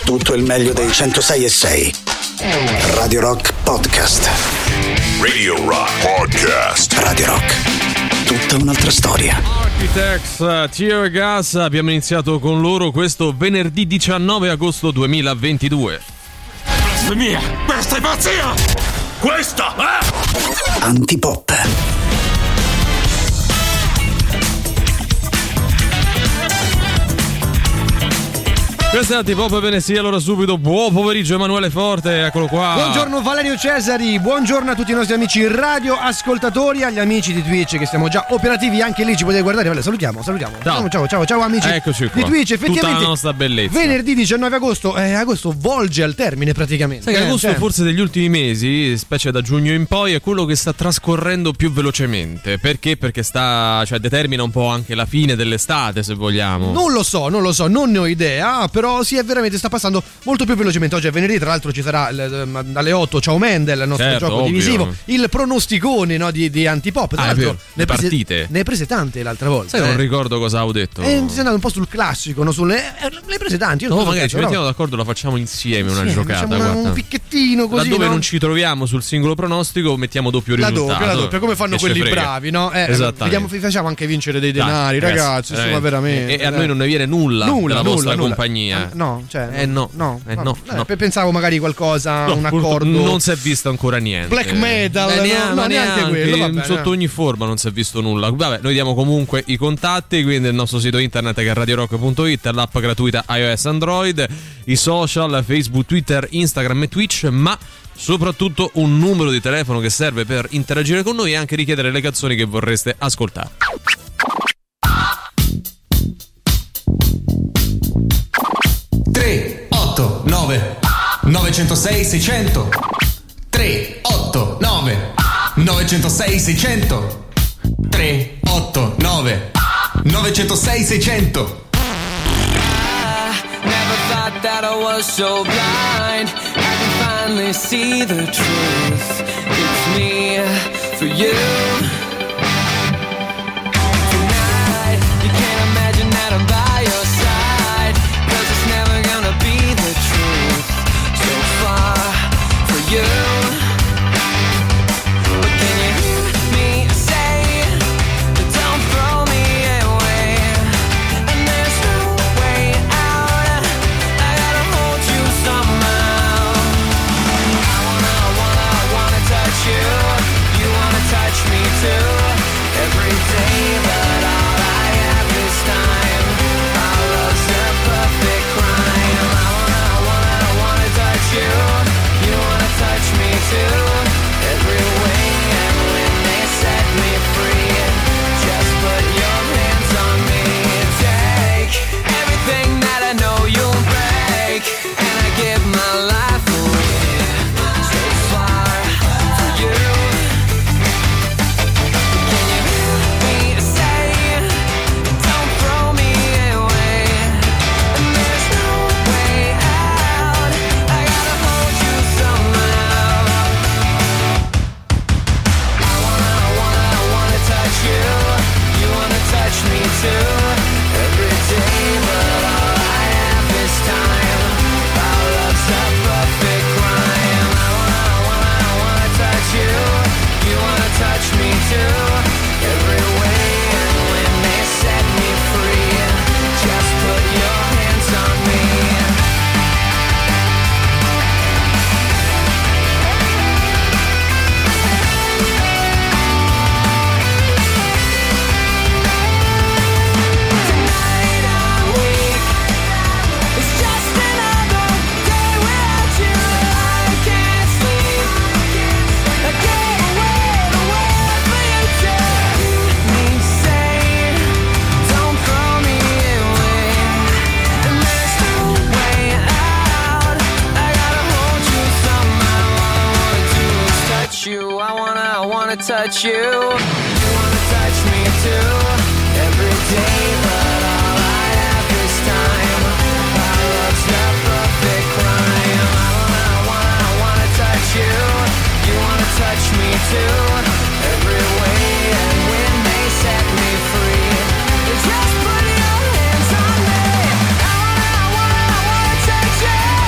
tutto il meglio dei 106.6. Radio Rock Podcast. Radio Rock Podcast. Radio Rock, tutta un'altra storia. Architects, Tear Gas, abbiamo iniziato con loro questo venerdì 19 agosto 2022. Blasfemia! Questa è pazzia! Questa è Antipop. Questa è Antipop, bene sì, allora subito buon pomeriggio Emanuele Forte, eccolo qua. Buongiorno Valerio Cesari, buongiorno a tutti i nostri amici radioascoltatori, agli amici di Twitch che siamo già operativi, anche lì ci potete guardare. Vale, salutiamo. Ciao amici. Eccoci qua. Di Twitch, effettivamente. Tutta la nostra bellezza. Venerdì 19 agosto, agosto volge al termine praticamente. Sai che agosto forse degli ultimi mesi, specie da giugno in poi, è quello che sta trascorrendo più velocemente. Perché? Perché determina un po' anche la fine dell'estate, se vogliamo. Non lo so, non ne ho idea, però sì, è veramente, sta passando molto più velocemente. Oggi è venerdì, tra l'altro ci sarà dalle 8 Ciao Mendel, il nostro gioco ovvio. divisivo, il pronosticone, no, di Antipop. Tra l'altro le partite. Ne hai prese tante l'altra volta. Sai, non ricordo cosa avevo detto. Sei andato un po' sul classico, no? Le hai prese tanti. Magari ci mettiamo d'accordo, la facciamo insieme una giocata. Un picchettino così. Laddove no? non ci troviamo sul singolo pronostico, mettiamo doppio risultato. La doppia, come fanno quelli bravi, no? Esattamente. Facciamo anche vincere dei denari, ragazzi. Insomma, veramente. E a noi non ne viene nulla della vostra compagnia. No, cioè. No. Pensavo magari qualcosa, un accordo. Non si è visto ancora niente. Black metal, neanche quello. Vabbè, sotto ogni forma non si è visto nulla. Vabbè, noi diamo comunque i contatti, quindi il nostro sito internet che è radiorock.it, l'app gratuita iOS Android, i social, Facebook, Twitter, Instagram e Twitch, ma soprattutto un numero di telefono che serve per interagire con noi e anche richiedere le canzoni che vorreste ascoltare. 906 600 389 906 600 389 906 600. Never thought that I was so blind. I can finally see the truth. It's me for you. Tonight, you can't imagine that I'm by your side, 'cause it's never gonna be the truth. So far for you. But can you hear me say, don't throw me away, and there's no way out, I gotta hold you somehow. I wanna touch you, you wanna touch me too, every day, but all I have is time. Our love's a perfect crime. I wanna touch you, you wanna touch me too, every way, and when they set me free, just put your hands on me. Take everything that I know you'll break, and I give my life away, so far for you. Can you hear me say, don't throw me away, and there's no way out, I gotta hold you somehow. I wanna touch you, you wanna touch me too, every day, but all I have is time. Our love's a perfect crime. I wanna touch you, you wanna touch me too, every way, and when they set me free, just put your hands on me. Tonight I'm weak, it's just another day without you. I can't sleep, I can't wait for you to hear me say, don't throw me away, and there's no way out, I gotta hold you somehow. All I wanna do is touch you, I wanna touch you, you wanna touch me too, every day, but all I have is time. Our love's a perfect crime. I wanna touch you, you wanna touch me too, every way, and when they set me free, just put your hands on me. I wanna touch you.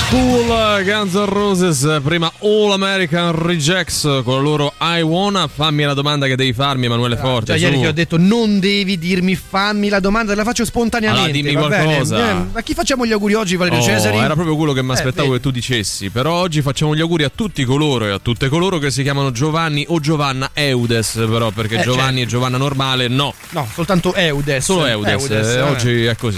School, Guns N' Roses, prima All American Rejects con la loro I Wanna. Fammi la domanda che devi farmi, Emanuele Forte. Già ieri ti ho detto non devi dirmi fammi la domanda, te la faccio spontaneamente. Allora, dimmi va qualcosa. bene? A chi facciamo gli auguri oggi, Valerio Cesari? Era proprio quello che mi aspettavo vedi. che tu dicessi. Però oggi facciamo gli auguri a tutti coloro e a tutte coloro che si chiamano Giovanni o Giovanna Eudes, però, perché Giovanni e Giovanna normale no. No, soltanto Eudes. Solo Eudes, oggi è così.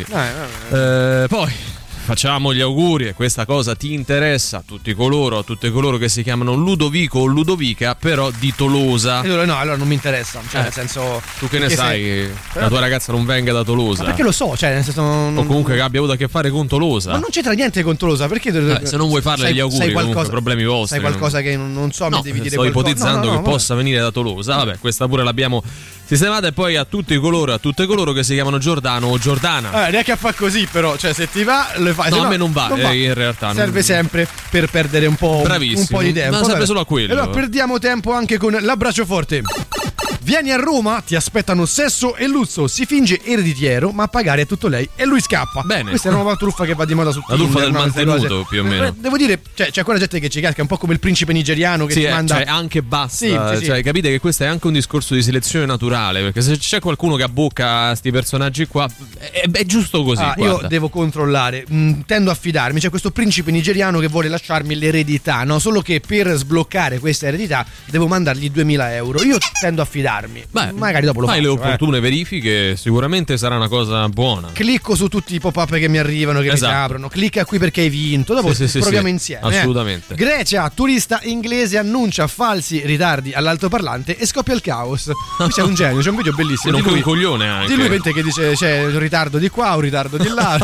Poi facciamo gli auguri, e questa cosa ti interessa, a tutti coloro, a tutte coloro che si chiamano Ludovico o Ludovica, però di Tolosa. No, allora non mi interessa. Cioè, nel senso. Tu che ne sai che la tua ragazza non venga da Tolosa? Ma perché lo so, cioè, nel senso. O comunque che abbia avuto a che fare con Tolosa. Ma non c'entra niente con Tolosa, perché. Se non vuoi farle gli auguri, comunque problemi vostri. Sai qualcosa che non so, mi devi dire sto qualcosa. ipotizzando che possa venire da Tolosa. Vabbè, questa pure l'abbiamo sistemata. E poi a tutti coloro, a tutte coloro che si chiamano Giordano o Giordana. Neanche a fa così, però, cioè, se ti va, le fai. No, a me non va. In realtà serve sempre per perdere un po' di tempo. Ma serve solo a quello. Allora perdiamo tempo anche con l'abbraccio forte. Vieni a Roma, ti aspettano sesso e lusso. Si finge ereditiero, ma a pagare è tutto lei e lui scappa. Bene. Questa è una nuova truffa che va di moda su Tinder. La truffa del mantenuto, più o meno. Devo dire, cioè, c'è quella gente che ci casca, un po' come il principe nigeriano che ti manda. Cioè, anche basta. Sì. Cioè, capite che questo è anche un discorso di selezione naturale. Perché se c'è qualcuno che abbocca sti personaggi qua, è giusto così. Io devo controllare. Tendo a fidarmi. C'è questo principe nigeriano che vuole lasciarmi l'eredità, no? Solo che per sbloccare questa eredità devo mandargli 2.000 euro. Io tendo a fidarmi. Beh, magari dopo lo fai faccio. Le opportune verifiche, sicuramente sarà una cosa buona. Clicco su tutti i pop-up che mi arrivano, che mi si aprono. Clicca qui perché hai vinto. Dopo proviamo insieme. Assolutamente. Grecia, turista inglese annuncia falsi ritardi all'altoparlante e scoppia il caos. Qui c'è un genio, c'è un video bellissimo. Non un coglione anche. Di lui che dice c'è un ritardo di qua, un ritardo di là.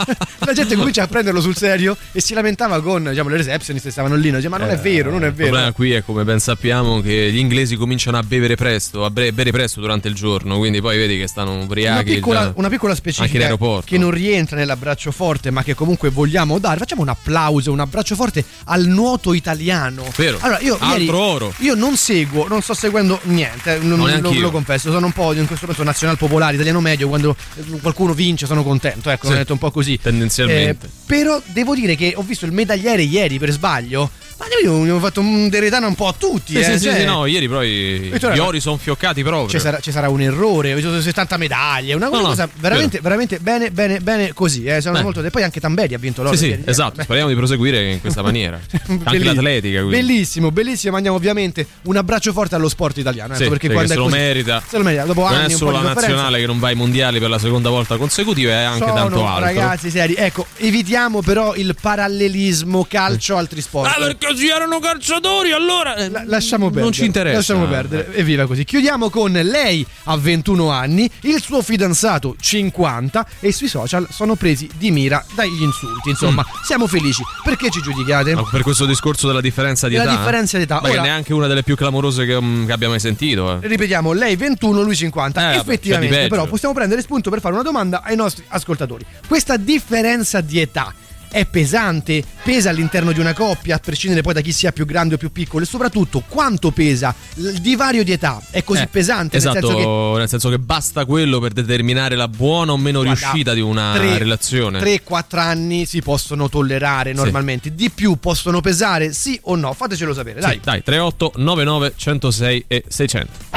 La gente comincia a prenderlo sul serio e si lamentava con, diciamo, le receptionist che stavano lì. Dice, ma non è vero, non è vero. Il problema qui è, come ben sappiamo, che gli inglesi cominciano a bere presto, bere presto durante il giorno, quindi poi vedi che stanno ubriachi. Una piccola specifica che non rientra nell'abbraccio forte, ma che comunque vogliamo dare. Facciamo un applauso, un abbraccio forte al nuoto italiano. Vero. Allora, io oro. Io non sto seguendo niente, lo confesso, sono un po' in questo momento nazional popolare, italiano medio, quando qualcuno vince sono contento, ecco, ho detto un po' così. Tendenzialmente. Però devo dire che ho visto il medagliere ieri per sbaglio. Ma io ho fatto un deretano un po' a tutti. Sì, no, ieri però gli ori sono fioccati proprio. Ci sarà un errore, ho visto 70 medaglie, una cosa veramente bene così. Sono molto. E poi anche Tamberi ha vinto l'oro. Sì, esatto. Speriamo di proseguire in questa maniera. Anche l'atletica. Quindi. Bellissimo. Mandiamo ovviamente un abbraccio forte allo sport italiano. Perché quando se lo merita. Dopo non anni, è solo la nazionale che non va ai mondiali per la seconda volta consecutiva, è anche tanto altro. Ragazzi, seri. Ecco, evitiamo però il parallelismo calcio-altri sport. Perché ci erano calciatori, allora lasciamo perdere. Non ci interessa. Lasciamo perdere. E viva così. Chiudiamo con lei a 21 anni, il suo fidanzato 50 e sui social sono presi di mira dagli insulti. Insomma, siamo felici. Perché ci giudicate? Per questo discorso della differenza di età. La differenza di età. Ora, neanche una delle più clamorose che abbia mai sentito. Ripetiamo, lei 21, lui 50. Effettivamente, cioè però possiamo prendere spunto per fare una domanda ai nostri ascoltatori. Questa differenza di età è pesante? Pesa all'interno di una coppia, a prescindere poi da chi sia più grande o più piccolo? E soprattutto, quanto pesa? Il divario di età è così pesante? Esatto, nel senso che basta quello per determinare la buona o meno riuscita di una relazione. 3-4 anni si possono tollerare normalmente. Di più possono pesare? Sì o no? Fatecelo sapere, dai. Dai, 38 99 106 e 600.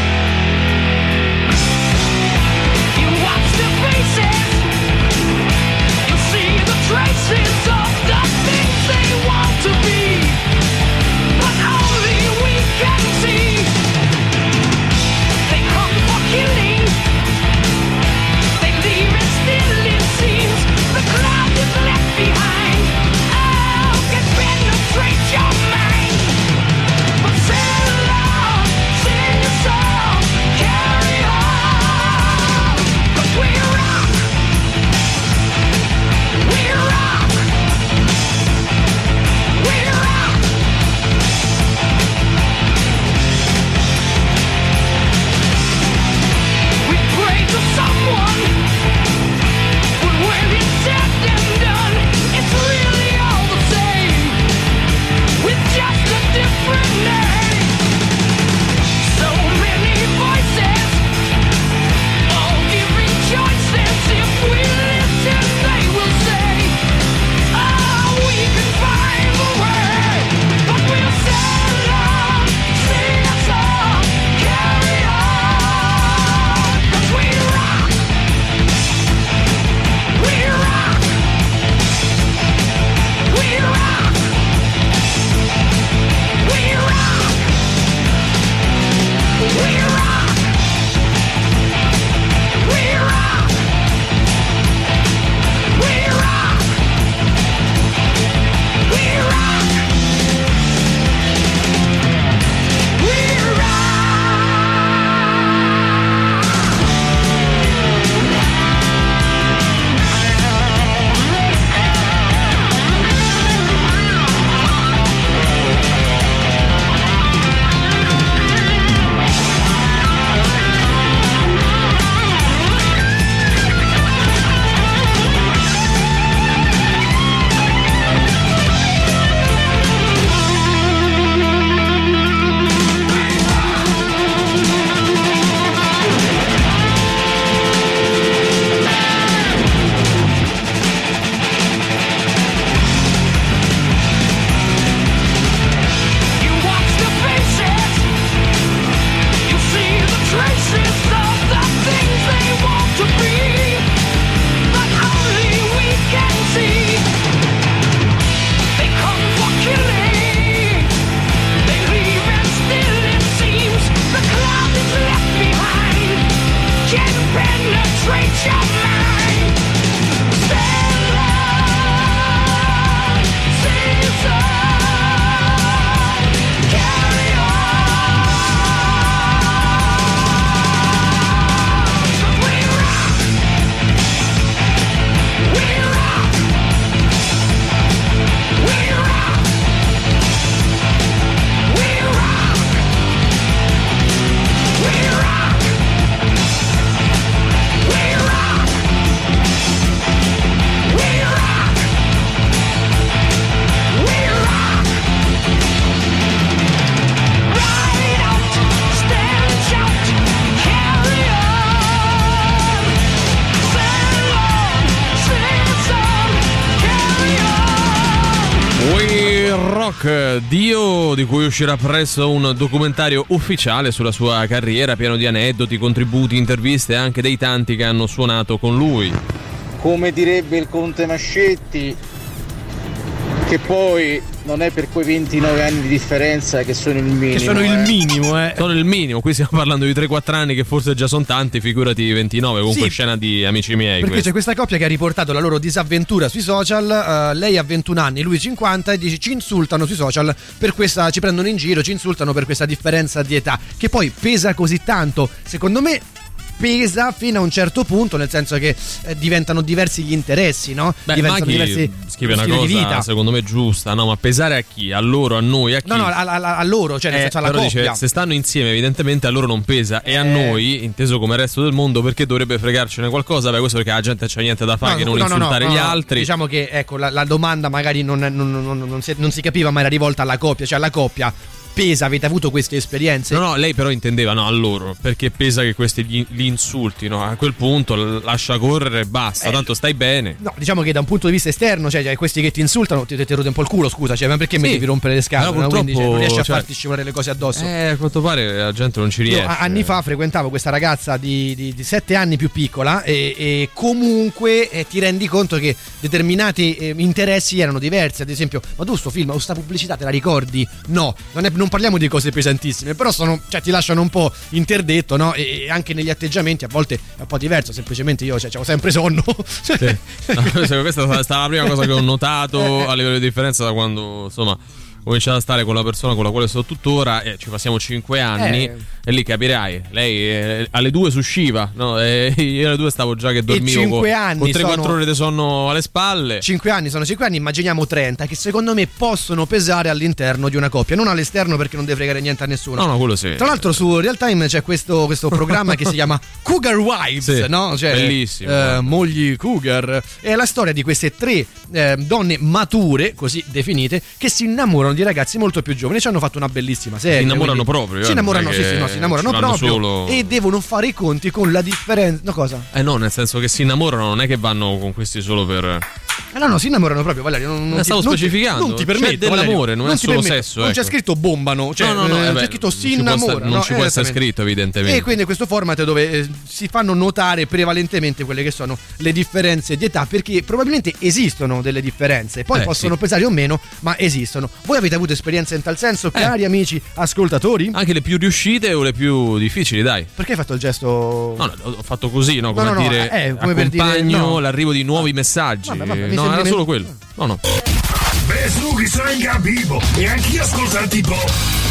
You watch the faces Rock, Dio, di cui uscirà presto un documentario ufficiale sulla sua carriera, pieno di aneddoti, contributi, interviste anche dei tanti che hanno suonato con lui. Come direbbe il Conte Mascetti, che poi non è per quei 29 anni di differenza che sono il minimo. Che sono il minimo, eh. Sono il minimo, qui stiamo parlando di 3-4 anni che forse già sono tanti, figurati 29, comunque Sì, scena di amici miei. Perché c'è questa coppia che ha riportato la loro disavventura sui social, lei ha 21 anni, lui 50, e dice ci insultano sui social per questa, ci prendono in giro, ci insultano per questa differenza di età, che poi pesa così tanto, secondo me pesa fino a un certo punto, nel senso che diventano diversi gli interessi, no? Beh, diventano Maghi diversi scrive una stili di cosa vita. secondo me giusta, no? Ma pesare a chi? A loro, a noi, a chi? No, a loro, cioè nel senso alla però coppia. dice, se stanno insieme evidentemente a loro non pesa, e a noi, inteso come resto del mondo, perché dovrebbe fregarcene qualcosa? Beh, questo perché la gente c'ha niente da fare che non insultare gli altri. Diciamo che ecco la domanda magari non si capiva, ma era rivolta alla coppia, cioè alla coppia. Pesa, avete avuto queste esperienze? No, lei però intendeva no a loro, perché pesa che questi li insultino. A quel punto lascia correre e basta, tanto stai bene. No, diciamo che da un punto di vista esterno, cioè questi che ti insultano ti rode un po' il culo, scusa, cioè ma perché mi devi rompere le scatole? Però No? Quindi purtroppo, non riesci a cioè, farti scivolare le cose addosso. A quanto pare la gente non ci riesce. Io anni fa frequentavo questa ragazza di 7 anni più piccola e comunque ti rendi conto che determinati interessi erano diversi. Ad esempio, ma tu sto film o sta pubblicità te la ricordi? No, non parliamo di cose pesantissime, però cioè, ti lasciano un po' interdetto, no? E anche negli atteggiamenti a volte è un po' diverso, semplicemente io c'ho sempre sonno. Sì. No, questa è stata la prima cosa che ho notato a livello di differenza da quando insomma ho cominciato a stare con la persona con la quale sto tuttora, e ci passiamo 5 anni e lì capirai, lei alle 2 si usciva, no? E io alle 2 stavo già che dormivo 5 anni con 3-4 ore di sonno alle spalle. 5 anni sono 5 anni, immaginiamo 30 che secondo me possono pesare all'interno di una coppia, non all'esterno perché non deve fregare niente a nessuno. No, quello sì. Tra l'altro su Real Time c'è questo programma che si chiama Cougar Wives, Sì, no? Cioè, bellissimo. mogli Cougar. È la storia di queste 3 donne mature, così definite, che si innamorano di ragazzi molto più giovani. Ci hanno fatto una bellissima serie. Si innamorano quindi proprio. Si innamorano, perché sì, no, si innamorano ce l'hanno proprio solo... e devono fare i conti con la differenza. No, cosa? No, nel senso che si innamorano, non è che vanno con questi solo per... No, si innamorano proprio, Valerio. Non stavo specificando. Non ti permetto, C'è dell'amore, Valerio, non è ti solo permetto. sesso. Non c'è ecco. scritto bombano, cioè no, c'è scritto si innamorano. Non ci può essere esattamente. scritto, evidentemente. E quindi questo format dove si fanno notare prevalentemente quelle che sono le differenze di età, perché probabilmente esistono delle differenze, poi possono pesare o meno, ma esistono. Voi avete avuto esperienze in tal senso, cari amici ascoltatori? Anche le più riuscite o le più difficili, dai. Perché hai fatto il gesto? No, ho fatto così, no? Come No, a dire, come per dire, accompagno no. l'arrivo di nuovi messaggi. Vabbè, mi no, sembri era solo quello. No. Beh, su, chi sono in capivo e anch'io ascolto il tipo.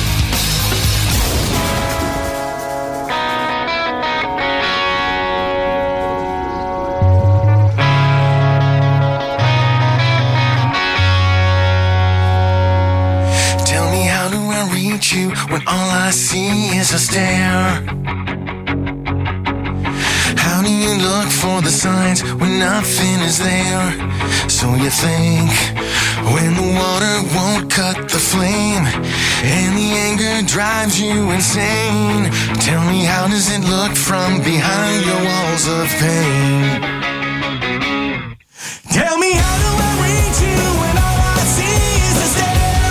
Tell me, how do I reach you when all I see is a stare? How do you look for the signs when nothing is there? So you think when the water won't cut the flame and the anger drives you insane. Tell me, how does it look from behind your walls of pain? Tell me, how do I reach you when all I see is a stare?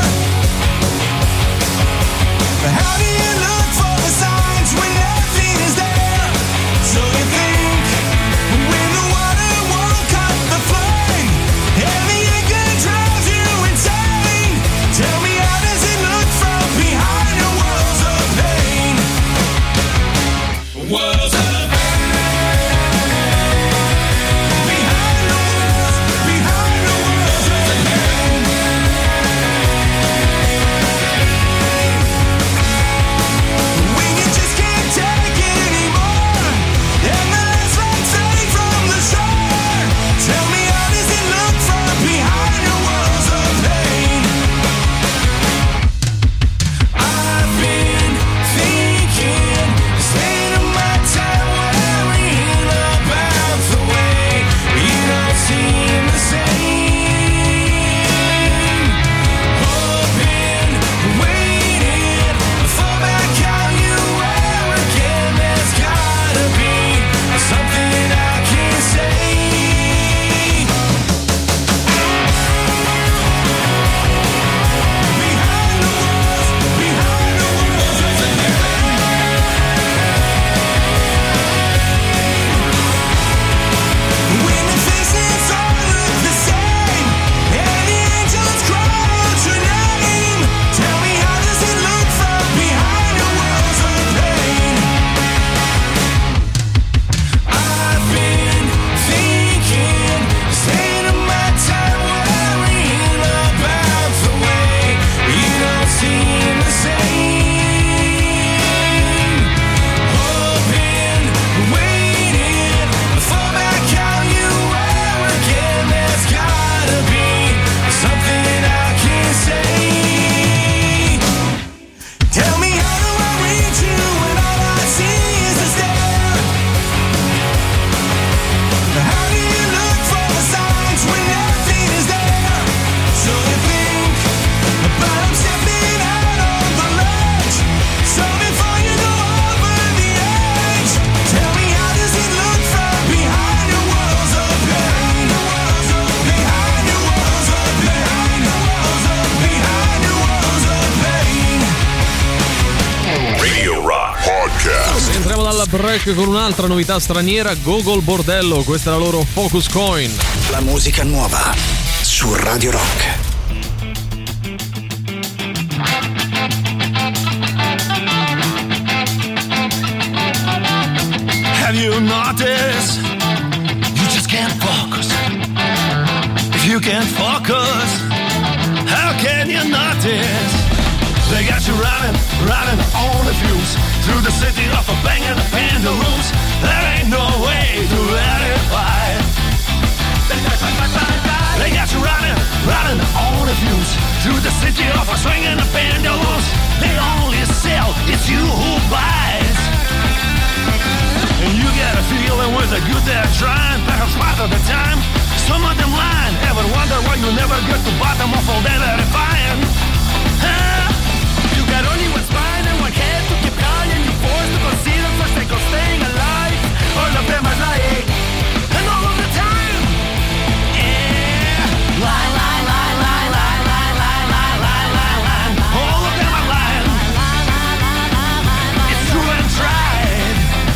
How do you look for the signs when nothing is there? So you think when the water won't cut the flame and the anger drives you insane. Tell me, how does it look from behind your walls of pain? Walls of pain. break con un'altra novità straniera, Gogol Bordello, questa è la loro Focus Coin. La musica nuova su Radio Rock. Have you noticed? You just can't focus. If you can't focus, how can you notice? They got you running on the fuse through the city of a banging the pendulums. There ain't no way to verify. They got you running on the fuse through the city of a swinging the pendulums. They only sell, it's you who buys. And you get a feeling with the good they're trying, perhaps part of the time. Some of them lying, ever wonder why you never get to bottom of all that verifying? Huh? You got only one spine and one head to keep calm, and you're forced to consider for sake of staying alive. All of them are lying, and all of the time. Yeah, lie, lie, lie, lie, lie, lie, lie, lie, lie, lie, lie. All of them are lying. It's true and tried.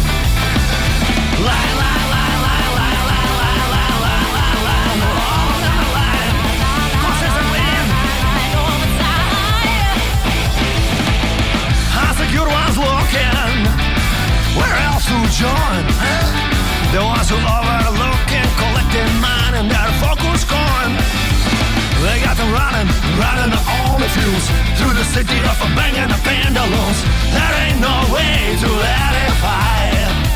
Lie, lie, lie, lie, lie, lie, lie, lie, lie, lie, lie. All of them are lying. Consistently. Insecure ones looking, where else to join? The ones who overlook and collecting mine and their focus coin. They got them running on the fuse through the city of a banging the pendulums. There ain't no way to verify.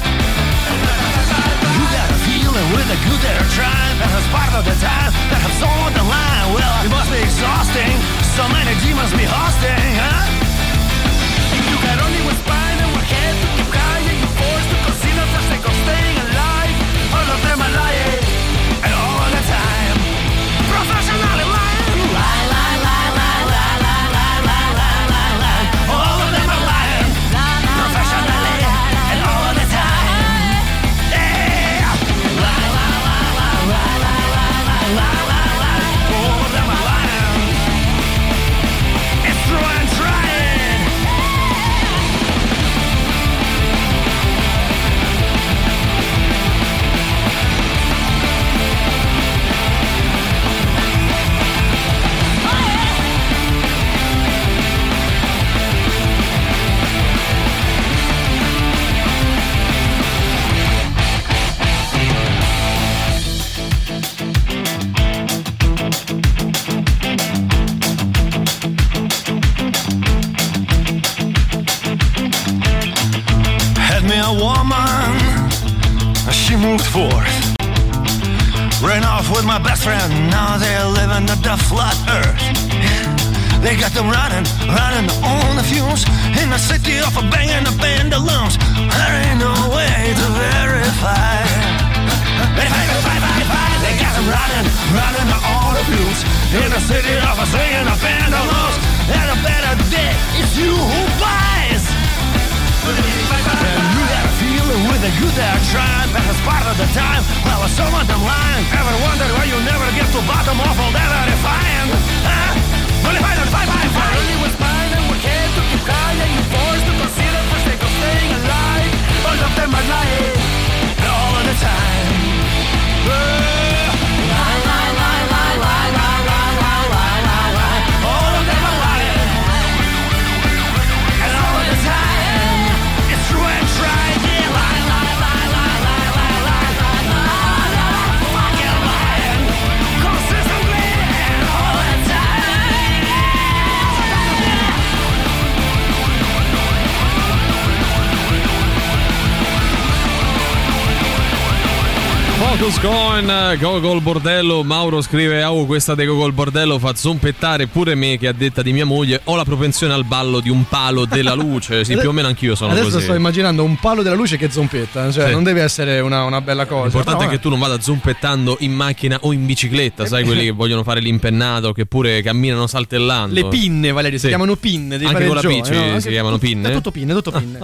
You got a feeling with the good they're trying, and as part of the time that have sold the line. Well, it must be exhausting, so many demons be hosting, huh? You got only one spine and one head to keep high, and you're forced to consider for sake of staying alive. All of them are lying, and all of the time. Professionally lying. Lie, lie, lie, lie, lie, lie, lie, lie, lie, lie, lie. All of them are lying. Professionally, and all of the time. Yeah. Lie, lie, lie, lie, lie, lie, lie, lie, lie, lie. All of them are lying. It's true and trying. A woman, she moved forth, ran off with my best friend. Now they're living the flat earth. They got them running on the fumes in the city of a banging the pendulums. There ain't no way to verify. They got them running on the fumes in the city of a swinging the pendulums. And a better day, it's you who buys. And you got a feeling with the good they're trying, but it's part of the time. Well, some of them lying. Ever wondered why you never get to bottom of all that verifying? Huh? Only fight. Only with spine and with head to keep high, and you're forced to consider for sake of staying alive. All of them are lying, and all of the time. Lie, lie, lie, lie, lie, lie, lie, lie, lie, lie, lie. All of them are lying, and all of the time. True and tried, yeah. Lie, lie, lie, lie, lie, lie, lie, lie, lie, lie. Fucking lying, consistently and all the time. Focus Coin, Gogol Bordello. Mauro scrive: oh, questa di Gogol Bordello fa zompettare pure me, che a detta di mia moglie ho la propensione al ballo di un palo della luce. Sì, più o meno anch'io sono adesso così. Sto immaginando un palo della luce che zompetta, cioè Sì. non deve essere una bella cosa. L'importante è che tu non vada zompettando in macchina o in bicicletta, sai, quelli che vogliono fare l'impennato, che pure camminano saltellando. Le pinne, Valerio, Sì. si chiamano pinne. Devi Anche fare con la il bici gioco, no? si chiamano pinne? È tutto pinne. Vabbè.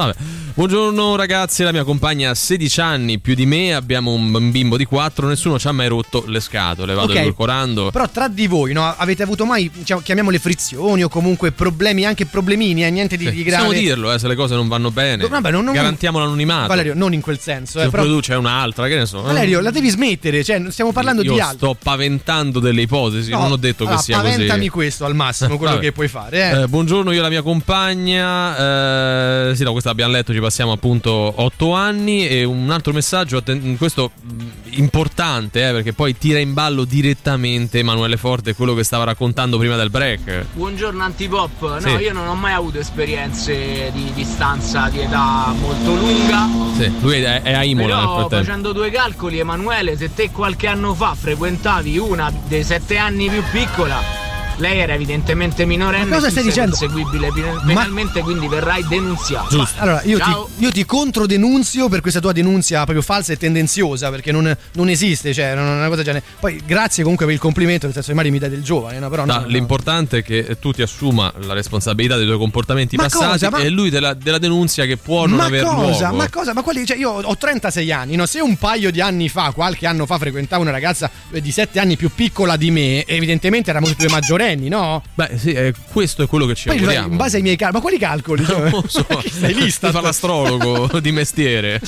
Buongiorno ragazzi, la mia compagna ha 16 anni più di me, abbiamo un bimbo di 4, nessuno ci ha mai rotto le scatole, vado edulcorando. Però tra di voi, no, avete avuto mai, diciamo, chiamiamole frizioni o comunque problemi, anche problemini, niente di grave? Possiamo dirlo, se le cose non vanno bene. Vabbè, non garantiamo l'anonimato. Valerio, non in quel senso. Se Però... produce un'altra, che ne so. Valerio, la devi smettere, cioè stiamo parlando Io di altro. sto paventando delle ipotesi, non ho detto che sia così. Paventami questo al massimo, quello che puoi fare. Buongiorno, io e la mia compagna. Sì, no, questa abbiamo letto, ci passiamo appunto 8 anni. E un altro messaggio, questo importante, perché poi tira in ballo direttamente Emanuele Forte, quello che stava raccontando prima del break. Buongiorno Antipop. No, Sì. io non ho mai avuto esperienze di distanza di età molto lunga. Sì, lui è a Imola nel Però frattempo. facendo due calcoli, Emanuele, se te qualche anno fa frequentavi una dei 7 anni più piccola, lei era evidentemente minorenne. Ma cosa e stai tu sei dicendo? perseguibile penalmente, quindi verrai denunziato. Giusto. Allora, Ciao. io ti controdenunzio per questa tua denunzia proprio falsa e tendenziosa, perché non esiste, cioè non è una cosa genere. Poi grazie comunque per il complimento, nel senso che magari mi dai del giovane, no? Però no. L'importante è che tu ti assuma la responsabilità dei tuoi comportamenti Ma passati cosa? e lui della denunzia che può non aver luogo. Ma cosa? Ma quali? Cioè, io ho 36 anni, no? Se un paio di anni fa, qualche anno fa, frequentavo una ragazza di 7 anni più piccola di me, evidentemente eravamo tutti due maggiorenni, no? Beh, sì, questo è quello che ci Poi auguriamo. in base ai miei calcoli, ma quali calcoli? Cioè, Non lo so. che sei lista? Si fa l'astrologo di mestiere.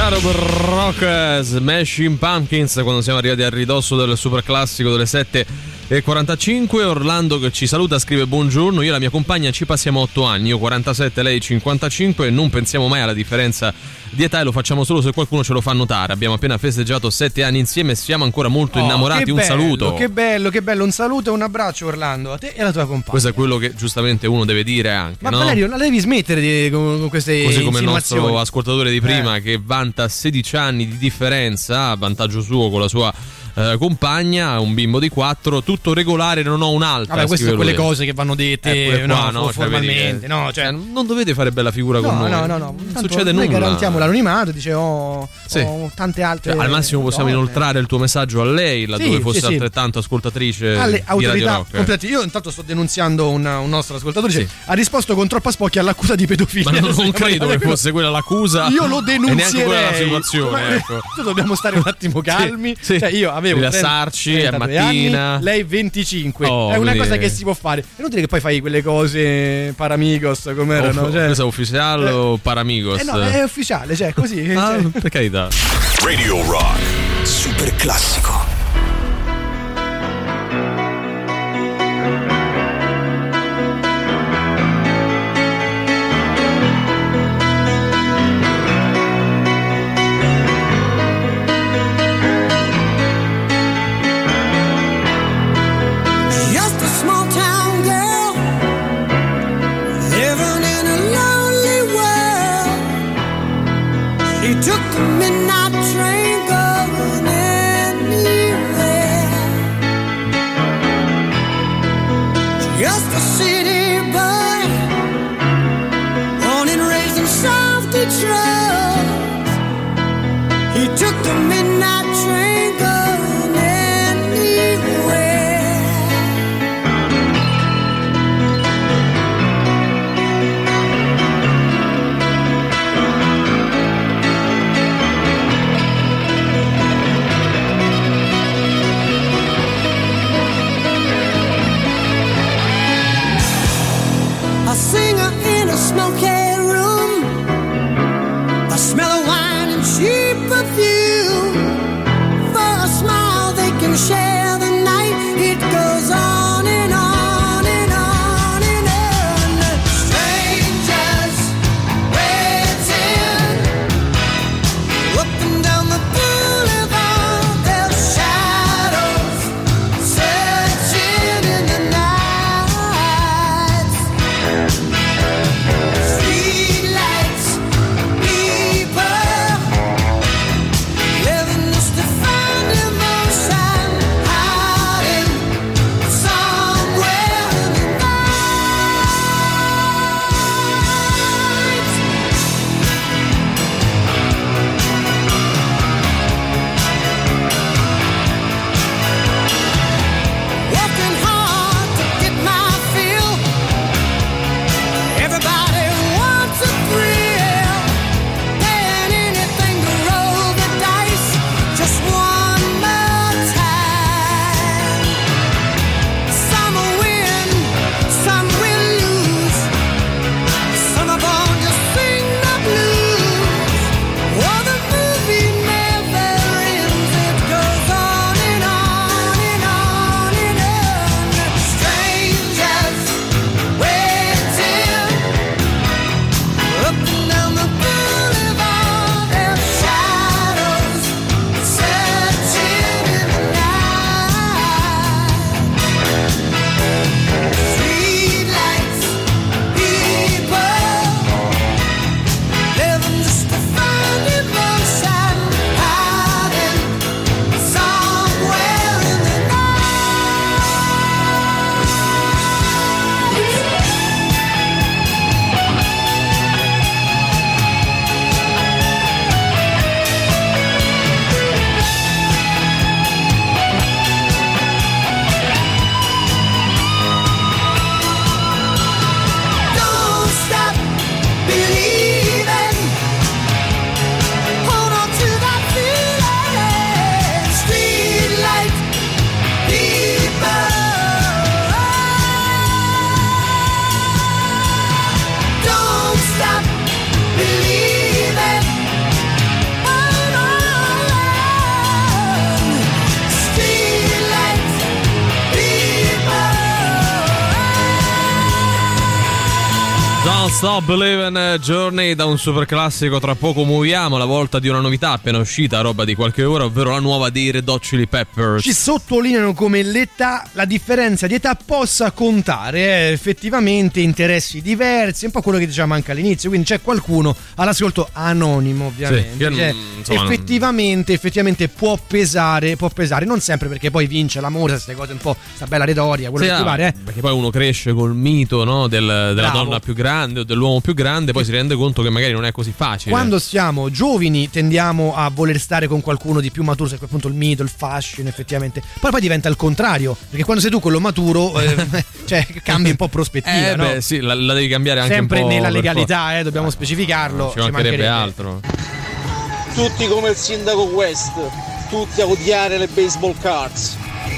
Hard Rock, Smashing Pumpkins, quando siamo arrivati al ridosso del super classico delle 7:45. Orlando che ci saluta scrive: buongiorno, io e la mia compagna ci passiamo 8 anni, io 47, lei 55, e non pensiamo mai alla differenza di età e lo facciamo solo se qualcuno ce lo fa notare. Abbiamo appena festeggiato 7 anni insieme e siamo ancora molto innamorati. Un saluto. Che bello, un saluto e un abbraccio, Orlando, a te e alla tua compagna. Questo è quello che giustamente uno deve dire anche. Ma no? Valerio, la devi smettere con queste così come il insinuazioni. nostro ascoltatore di prima che vanta 16 anni di differenza a vantaggio suo con la sua compagna, un bimbo di 4, tutto regolare, non ho un'altra. Vabbè, queste sono quelle cose che vanno dette formalmente, no? Cioè, non dovete fare bella figura con noi. No. Non Tanto succede noi nulla. garantiamo l'anonimato, dice ho tante altre. Cioè, al massimo possiamo inoltrare il tuo messaggio a lei, laddove fosse altrettanto ascoltatrice alle di Radio autorità Rock. completi. Io intanto sto denunziando un nostro ascoltatore, ha risposto con troppa spocchia all'accusa di pedofilia. Ma non credo che fosse quella l'accusa. Io lo denunzierei. E neanche quella la situazione, ecco. Dobbiamo stare un attimo calmi. Sì. Cioè, io avevo rilassarci a mattina. Anni, lei 25. Oh, è una quindi cosa che si può fare. È inutile che poi fai quelle cose paramigos come erano. Cioè, questo è ufficiale o paramigos? No, è ufficiale, cioè così. Per carità. Radio Rock, super classico. Just a small town girl living in a lonely world. She took the midnight train going anywhere. Just a city boy, born and raised in South Detroit. He took the midnight train going anywhere. A singer in a smoky room, a smell of wine and cheap perfume. For a smile they can share the night. It goes on and on and on and on. Strangers waiting up and down the boulevard. Their shadows searching in the night. Street Don't Stop Believin' Journey, da un super classico. Tra poco muoviamo la volta di una novità appena uscita, roba di qualche ora, ovvero la nuova dei Red Hot Chili Peppers. Ci sottolineano come la differenza di età possa contare, effettivamente interessi diversi, un po' quello che dicevamo anche all'inizio, quindi c'è qualcuno all'ascolto anonimo, ovviamente. Sì, cioè, insomma, effettivamente può pesare, non sempre, perché poi vince l'amore, queste cose un po', sta bella retorica, quello che ti pare, perché poi uno cresce col mito, no, della donna più grande o dell'uomo più grande, poi si rende conto che magari non è così facile. Quando siamo giovani tendiamo a voler stare con qualcuno di più maturo, se appunto il mito, il fascino, effettivamente. Poi diventa il contrario, perché quando sei tu quello maturo, cioè cambi un po' prospettiva, no? Beh, sì, la devi cambiare anche sempre un po'. Nella legalità, dobbiamo specificarlo. Ci mancherebbe altro. Tutti come il sindaco West, tutti a odiare le baseball cards.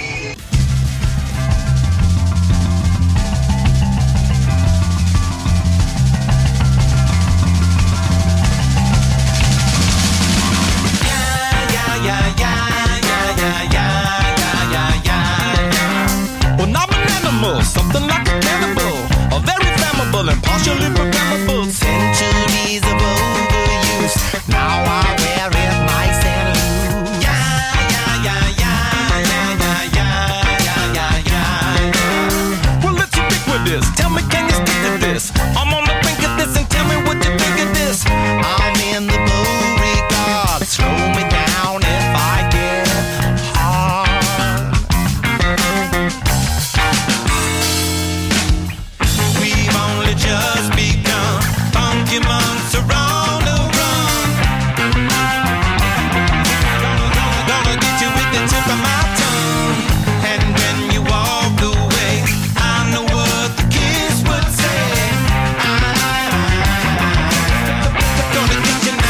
Something like a cannibal, a very flammable and partially programmable. Centuries of overuse, now I wear it nice and loose. Yeah, yeah, yeah, yeah, yeah, yeah, yeah, yeah, yeah, yeah. Well, let's ubiquitous. Tell me, can you stick to this? I'm on the brink of this, and tell me what you think of this. I'm in the Beauregard. Slow me down if I get hard. Just begun, funky months are on the run. Gonna get you with the tip of my tongue. And when you walk away, I know what the kids would say. Gonna get you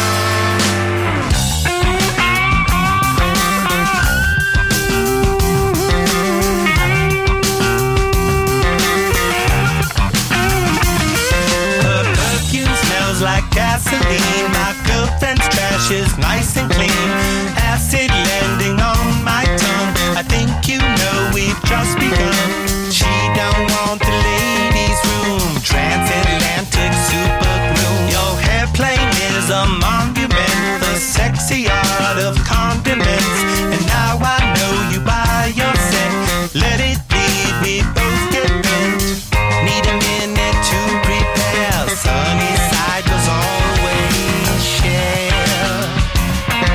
like gasoline. My girlfriend's trash is nice and clean. Acid landing on my tongue. I think you know we've just begun. She don't want the ladies' room. Transatlantic super glue. Your airplane is a monument. The sexy art of condiments. And now I know you buy your scent. Let it bleed, we both get bent. Need a minute to prepare. Sunny side was always share.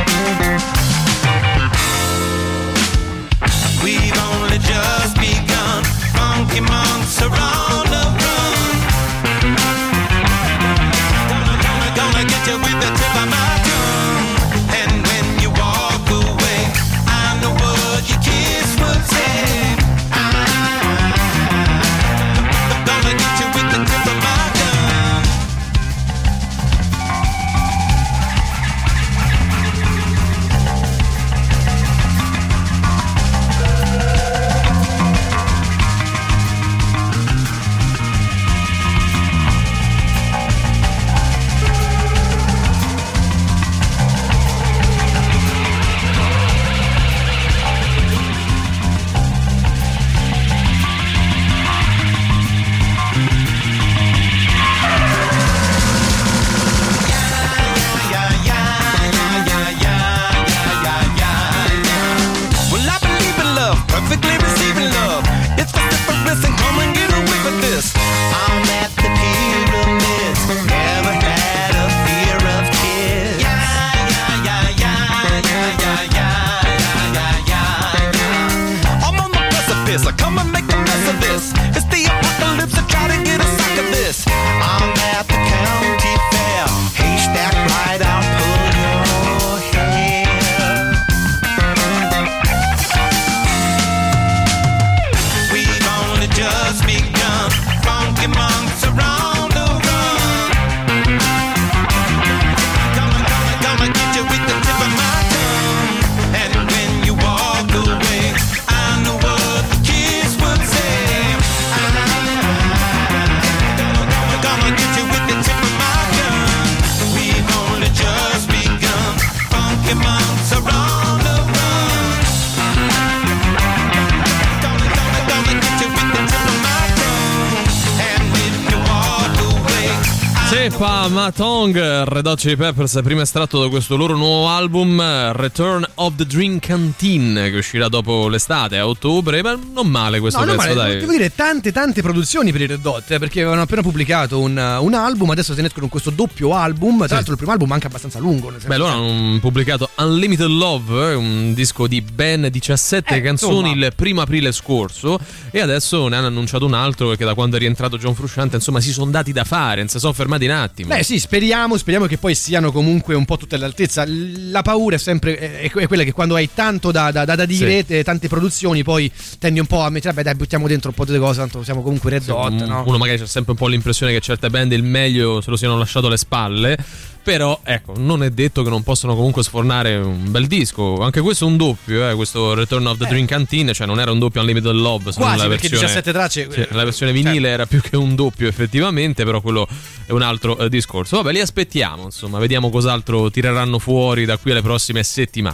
Sepa Matong, Red Hot Chili Peppers, primo estratto da questo loro nuovo album Return of the Dream Canteen, che uscirà dopo l'estate a ottobre. Ma non male questo pezzo, male. dai. Devo dire tante produzioni per i Red Hot, perché avevano appena pubblicato un album, adesso se ne escono con questo doppio album. Tra l'altro il primo album è anche abbastanza lungo, nel senso. Beh, loro hanno pubblicato Unlimited Love, un disco di ben 17 canzoni, insomma, il 1 aprile scorso, e adesso ne hanno annunciato un altro, perché da quando è rientrato John Frusciante, insomma, si sono dati da fare, non si sono fermati un attimo. Beh sì, speriamo che poi siano comunque un po' tutte all'altezza. La paura è sempre è quella che quando hai tanto da dire, sì, tante produzioni, poi tendi un po' a mettere, vabbè dai, buttiamo dentro un po' di cose, tanto siamo comunque Red Hot, no? Uno magari c'ha sempre un po' l'impressione che certe band il meglio se lo siano lasciato alle spalle, però ecco, non è detto che non possono comunque sfornare un bel disco. Anche questo è un doppio, questo Return of the Dream Canteen, cioè non era un doppio Unlimited Love, quasi, la perché versione, 17 tracce, sì, la versione vinile era più che un doppio effettivamente, però quello è un altro discorso. Vabbè, li aspettiamo, insomma, vediamo cos'altro tireranno fuori da qui alle prossime settimane.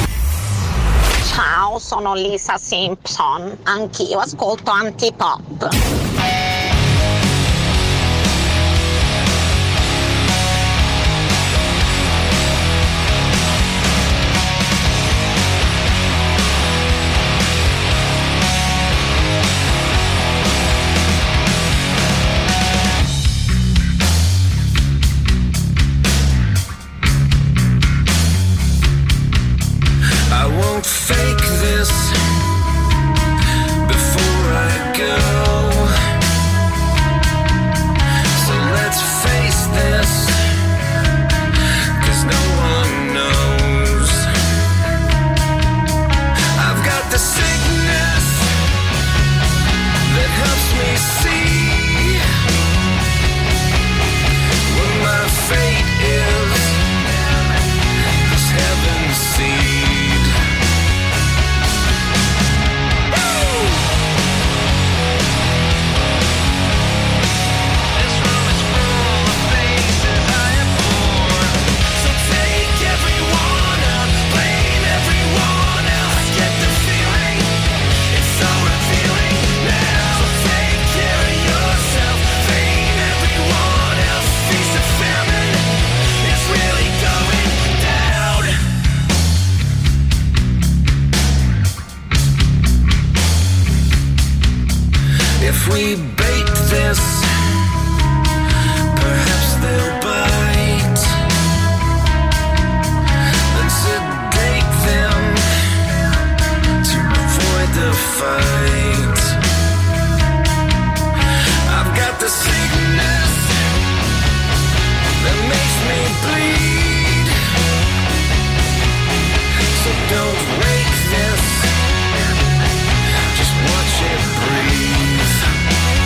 Ciao, sono Lisa Simpson, anch'io ascolto Antipop. I won't fake this before I go. So let's face this, 'cause no one knows. I've got the sickness that helps me see what my fate is, this heaven seed. If we bait this, perhaps they'll bite and sedate them to avoid the fight. I've got the sickness that makes me bleed, so don't wake this, just watch it breathe.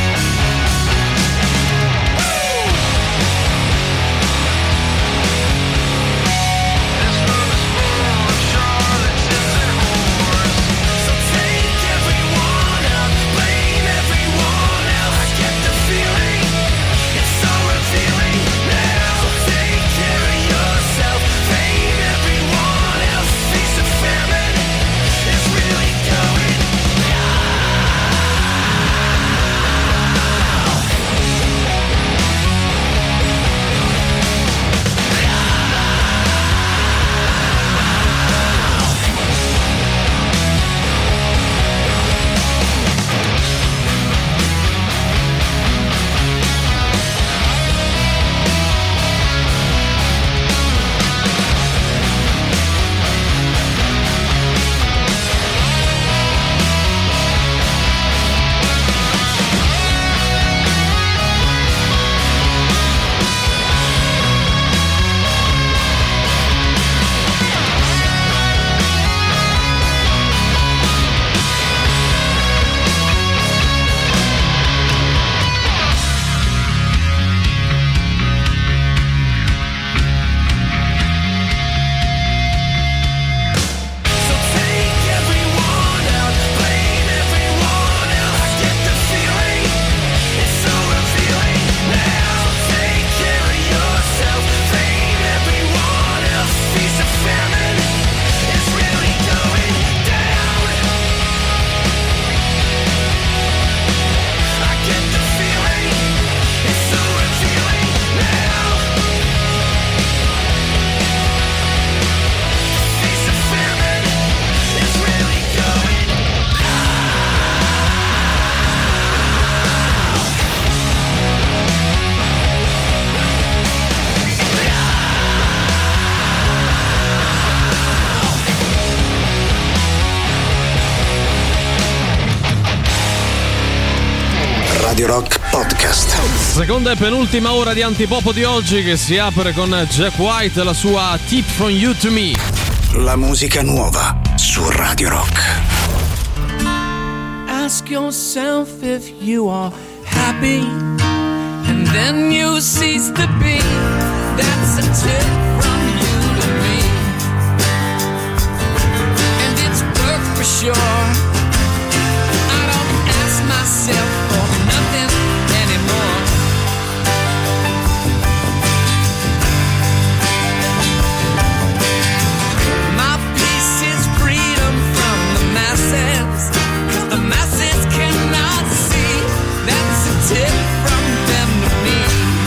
Radio Rock Podcast. Seconda e penultima ora di Antipopo di oggi, che si apre con Jack White, la sua Tip From You To Me. La musica nuova su Radio Rock. Ask yourself if you are happy, and then you cease to be. That's a tip from you to me, and it's work for sure. I don't ask myself for nothing anymore. My peace is freedom from the masses, 'cause the masses cannot see. That's a tip from them to me,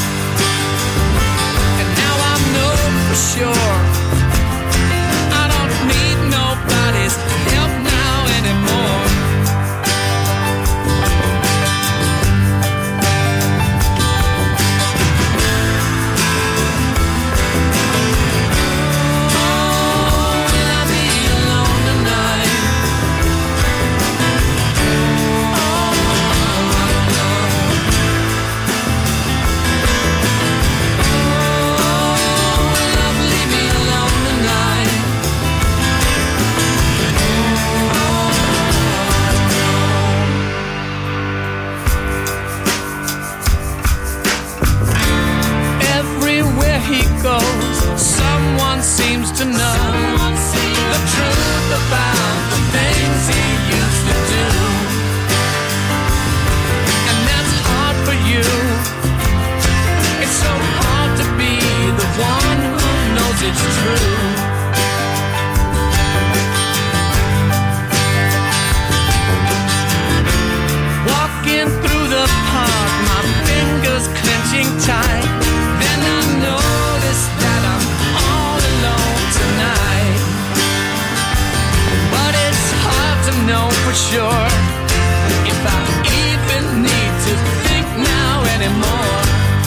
and now I know for sure I don't need nobody's help now anymore. Everywhere he goes, someone seems to know the truth about the things he used to do. And that's hard for you. It's so hard to be the one who knows it's true. Walking through the park, my fingers clenching tight. Then I notice that I'm all alone tonight. But it's hard to know for sure if I even need to think now anymore.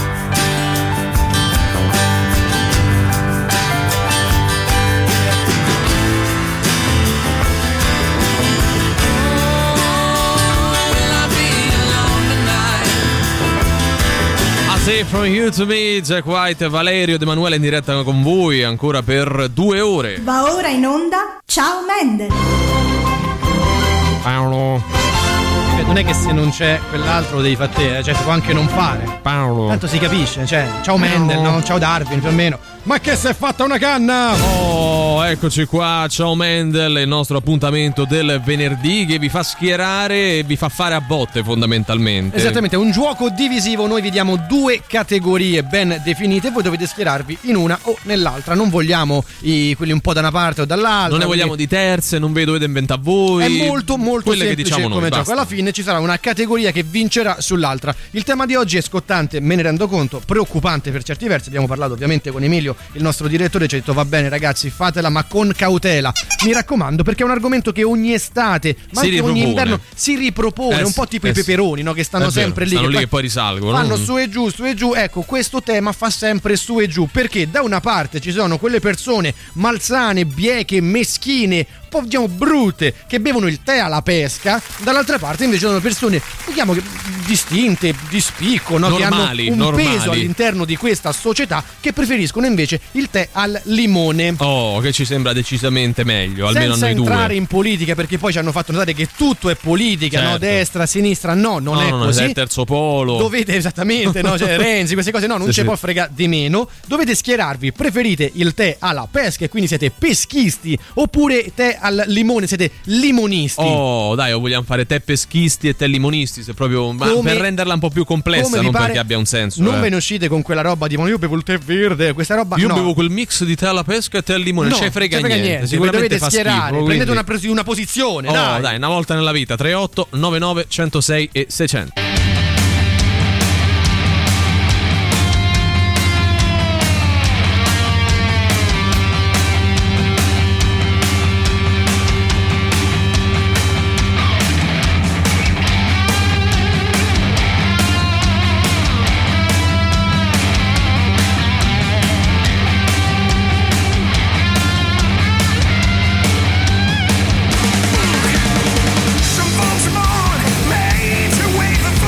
Tip From You To Me, Jack White, Valerio De Manuele in diretta con voi ancora per 2 ore. Va ora in onda Ciao Mendel. Paolo. Non è che se non c'è quell'altro lo devi fare te, cioè si può anche non fare. Paolo. Tanto si capisce, cioè, ciao Mendel, no? Ciao Darwin, più o meno. Ma che si è fatta una canna? Oh, eccoci qua, ciao Mendel, il nostro appuntamento del venerdì che vi fa schierare e vi fa fare a botte fondamentalmente. Esattamente, è un gioco divisivo, noi vi diamo 2 categorie ben definite e voi dovete schierarvi in una o nell'altra. Non vogliamo quelli un po' da una parte o dall'altra. Non ne vogliamo di terze, non ve dovete inventare voi. È molto quelle semplice che diciamo noi, come gioco. basta. Alla fine ci sarà una categoria che vincerà sull'altra. Il tema di oggi è scottante, me ne rendo conto, preoccupante per certi versi. Abbiamo parlato ovviamente con Emilio, il nostro direttore, ci ha detto va bene ragazzi, fatela ma con cautela, mi raccomando, perché è un argomento che ogni estate, ma Si anche ogni ripropone. inverno si ripropone, un po' tipo i peperoni, no? Che stanno sempre lì, stanno lì che che poi risalgono. fanno su e giù, su e giù. Ecco, questo tema fa sempre su e giù, perché da una parte ci sono quelle persone malsane, bieche, meschine, un po' diciamo brutte, che bevono il tè alla pesca, dall'altra parte invece sono persone, diciamo, che distinte, di spicco, no? Normali, che hanno un normali. peso all'interno di questa società, che preferiscono invece il tè al limone. Oh, che ci sembra decisamente meglio, almeno Senza a noi entrare due. in politica, perché poi ci hanno fatto notare che tutto è politica, no? Certo. Destra, sinistra, no, non è No, così. è il terzo polo. Dovete esattamente, no? Cioè Renzi, queste cose no, non Sì, ci sì. può frega di meno. Dovete schierarvi, preferite il tè alla pesca e quindi siete peschisti, oppure tè al limone, siete limonisti. Oh, dai, o vogliamo fare tè peschisti e tè limonisti, se proprio ma Come- per renderla un po' più complessa, come vi non pare, perché abbia un senso. Non ve ne uscite con quella roba di io bevo il tè verde, questa roba Io no. bevo quel mix di tè alla pesca e tè al limone, non No, ci frega ci frega niente. niente. Sicuramente Dovete fa schierare, schifo, prendete quindi- una posizione, Oh, dai. dai, una volta nella vita. 38 99 106 e 600. Some folks are born made to wave the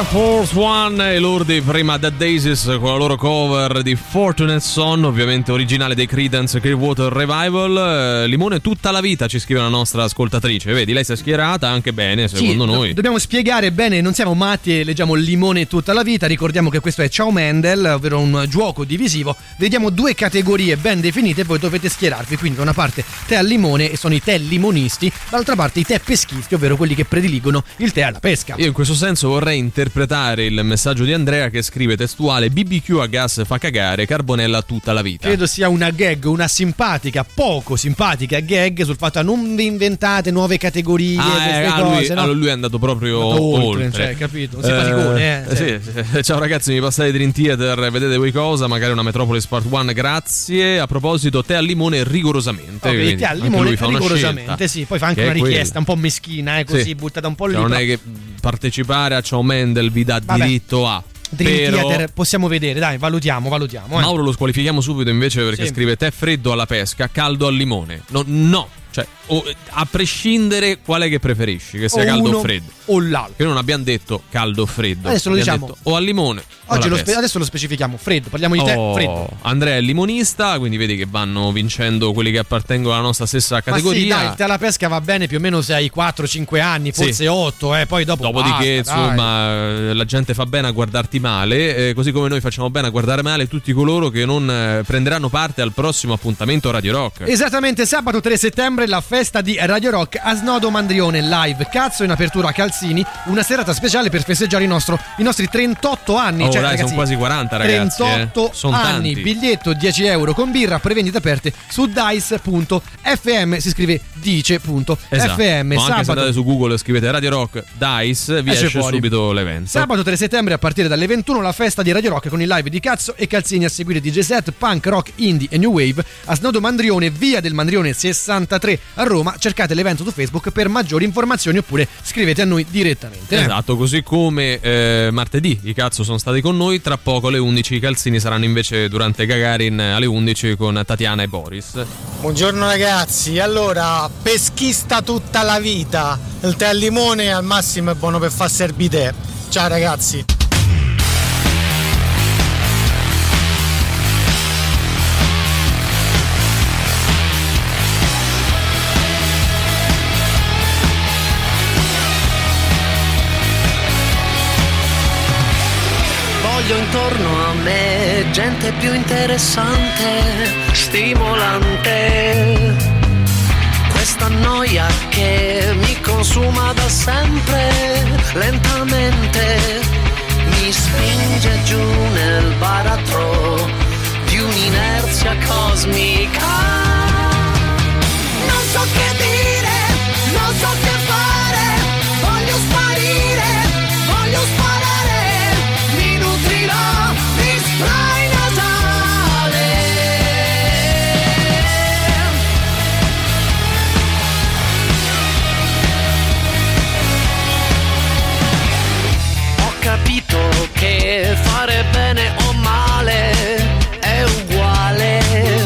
Force One e Lordi prima da Daisies con la loro cover di Fortunate Son, ovviamente originale dei Creedence Clearwater Revival. Limone tutta la vita, ci scrive la nostra ascoltatrice. Vedi, lei si è schierata anche bene, secondo noi. Dobbiamo spiegare bene, non siamo matti e leggiamo Limone tutta la vita. Ricordiamo che questo è Ciao Mendel, ovvero un gioco divisivo. Vediamo due categorie ben definite e voi dovete schierarvi. Quindi da una parte tè al limone e sono i tè limonisti, dall'altra parte i tè peschisti, ovvero quelli che prediligono il tè alla pesca. Io in questo senso vorrei interpretare il messaggio di Andrea che scrive testuale: BBQ a gas fa cagare, carbonella tutta la vita. Credo sia una gag, una simpatica, poco simpatica gag sul fatto che non vi inventate nuove categorie, queste cose. Lui è andato proprio oltre. Cioè, capito? Un simpaticone, sì. Ciao ragazzi, mi passate Dream Theater, vedete voi cosa? Magari una Metropolis Part 1, grazie. A proposito, tè al limone rigorosamente. Okay, tè al limone rigorosamente, sì. Poi fa anche una richiesta un po' meschina, così, sì, buttata un po' lì. Cioè, non è che partecipare a Ciao Mendel vi dà diritto a Dream Theater, possiamo vedere, dai, valutiamo. Mauro lo squalifichiamo subito invece perché scrive tè freddo alla pesca, caldo al limone. No. Cioè, a prescindere qual è che preferisci, che sia caldo o freddo o l'altro. Che non abbiamo detto caldo o freddo. Adesso lo diciamo. Detto o al limone. Oggi adesso lo specifichiamo, freddo, parliamo di tè freddo. Andrea è limonista, quindi vedi che vanno vincendo quelli che appartengono alla nostra stessa categoria. Ma sì, dai, il tè alla pesca va bene più o meno se hai 4-5 anni, forse 8, poi dopodiché insomma la gente fa bene a guardarti male, così come noi facciamo bene a guardare male tutti coloro che non prenderanno parte al prossimo appuntamento Radio Rock. Esattamente, sabato 3 settembre la festa di Radio Rock a Snodo Mandrione live, cazzo in apertura a Calzini, una serata speciale per festeggiare i nostri 38 anni. Dai, ragazzi, sono quasi 40 ragazzi. 38 sono anni, tanti. Biglietto 10 euro con birra, prevendite aperte su dice.fm, si scrive dice.fm. Esatto. Anche se andate su Google e scrivete Radio Rock Dice, vi esce subito l'evento. Sabato 3 settembre a partire dalle 21 la festa di Radio Rock con il live di Cazzo e Calzini, a seguire DJ set, punk, rock, indie e new wave a Snodo Mandrione, via del Mandrione 63 a Roma. Cercate l'evento su Facebook per maggiori informazioni oppure scrivete a noi direttamente. Esatto, così come martedì i Cazzo sono stati con noi, tra poco alle 11 i Calzini saranno invece durante Gagarin alle 11 con Tatiana e Boris. Buongiorno ragazzi, allora peschista tutta la vita, il tè al limone al massimo è buono per far servitè. Ciao ragazzi. Intorno a me gente più interessante, stimolante. Questa noia che mi consuma da sempre, lentamente mi spinge giù nel baratro di un'inerzia cosmica. Non so che dire, non so che fare, voglio sparire, voglio sparare. Spray nasale. Ho capito che fare bene o male è uguale.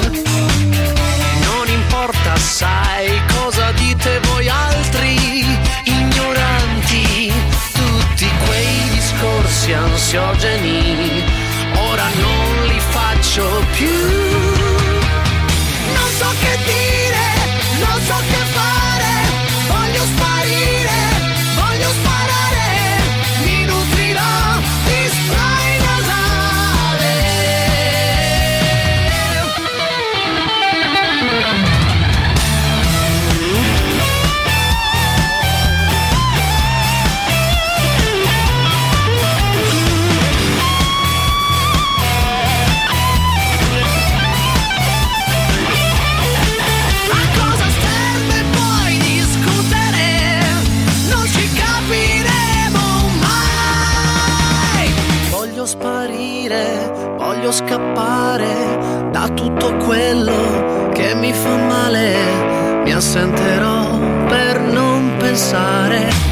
Non importa, sai cosa dite voi altri ignoranti. Tutti quei discorsi ansiogeni ora non li faccio più. Non so che dire, non so che fare, voglio sparire, voglio sparare, mi nutrirò di spray nasale. Sparire, voglio scappare da tutto quello che mi fa male, mi assenterò per non pensare.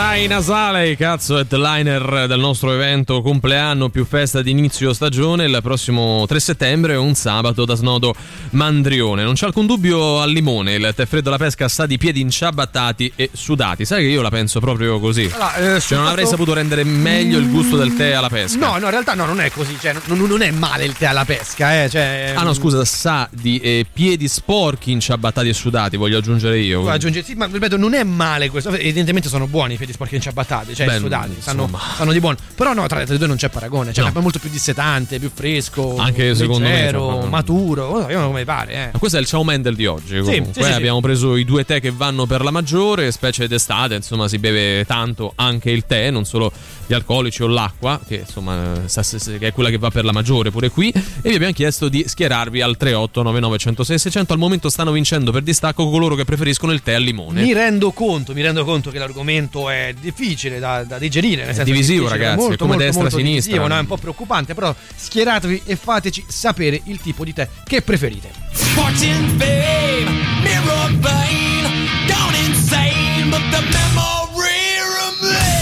Spray nasale, cazzo, headliner del nostro evento compleanno più festa di inizio stagione il prossimo 3 settembre, un sabato da snodo Mandrione. Non c'è alcun dubbio al limone, il tè freddo alla pesca sa di piedi inciabattati e sudati. Sai che io la penso proprio così. Allora, cioè non avrei saputo rendere meglio il gusto del tè alla pesca. No, in realtà no, non è così, cioè non è male il tè alla pesca, cioè. Ah no, scusa, sa di piedi sporchi inciabattati e sudati, voglio aggiungere io. Sì, ma ripeto, non è male questo. Evidentemente sono buoni i piedi sporchi inciabattati, cioè sudati, sanno di buono. Però no, tra le due non c'è paragone, cioè è molto più dissetante, più fresco, anche secondo leggero, me maturo, io non come pare. Ma questo è il Ciao Mendel di oggi. Comunque sì. Abbiamo preso i due tè che vanno per la maggiore, specie d'estate, insomma si beve tanto anche il tè, non solo gli alcolici o l'acqua, che insomma che è quella che va per la maggiore pure qui, e vi abbiamo chiesto di schierarvi al 3899 106 600. Al momento stanno vincendo per distacco coloro che preferiscono il tè al limone. Mi rendo conto che l'argomento è difficile da digerire, nel senso divisivo, è ragazzi, molto, è come molto, destra-sinistra. divisivo, no? È un po' preoccupante, però schieratevi e fateci sapere il tipo di tè che preferite. Fortune, fame, mirror vein, gone insane, but the memory remains.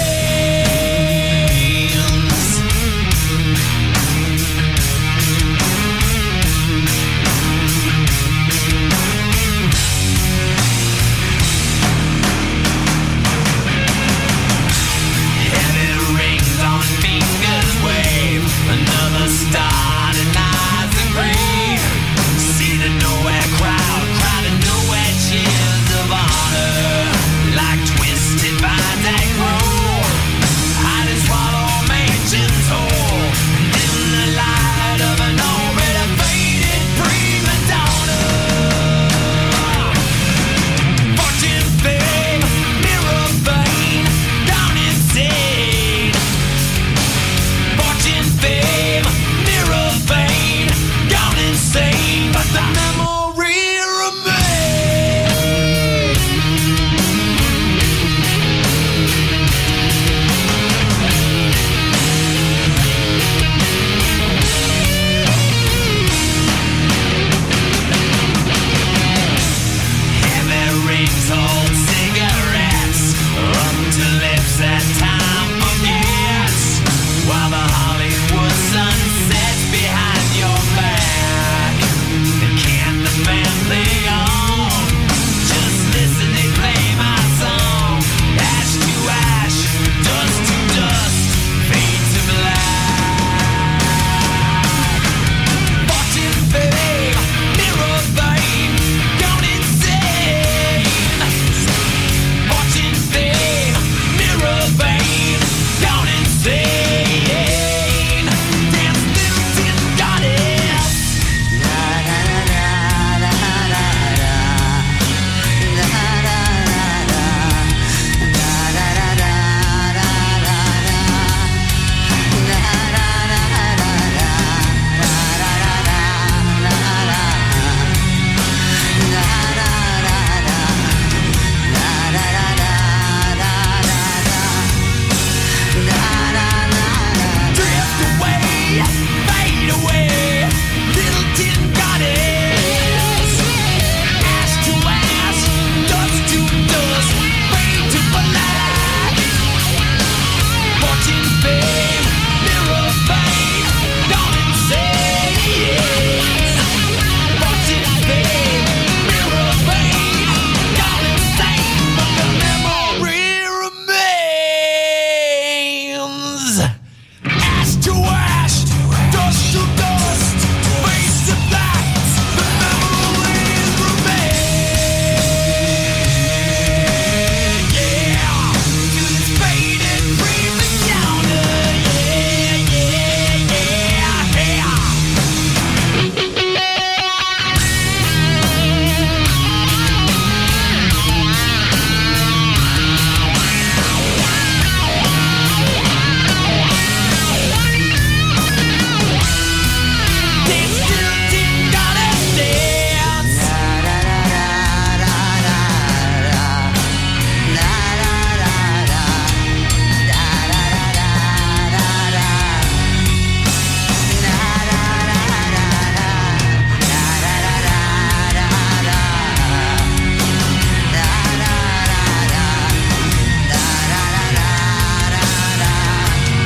Heavy rings on fingers wave, another star denies the grave. See the nowhere crowd, crowd of nowhere cheers.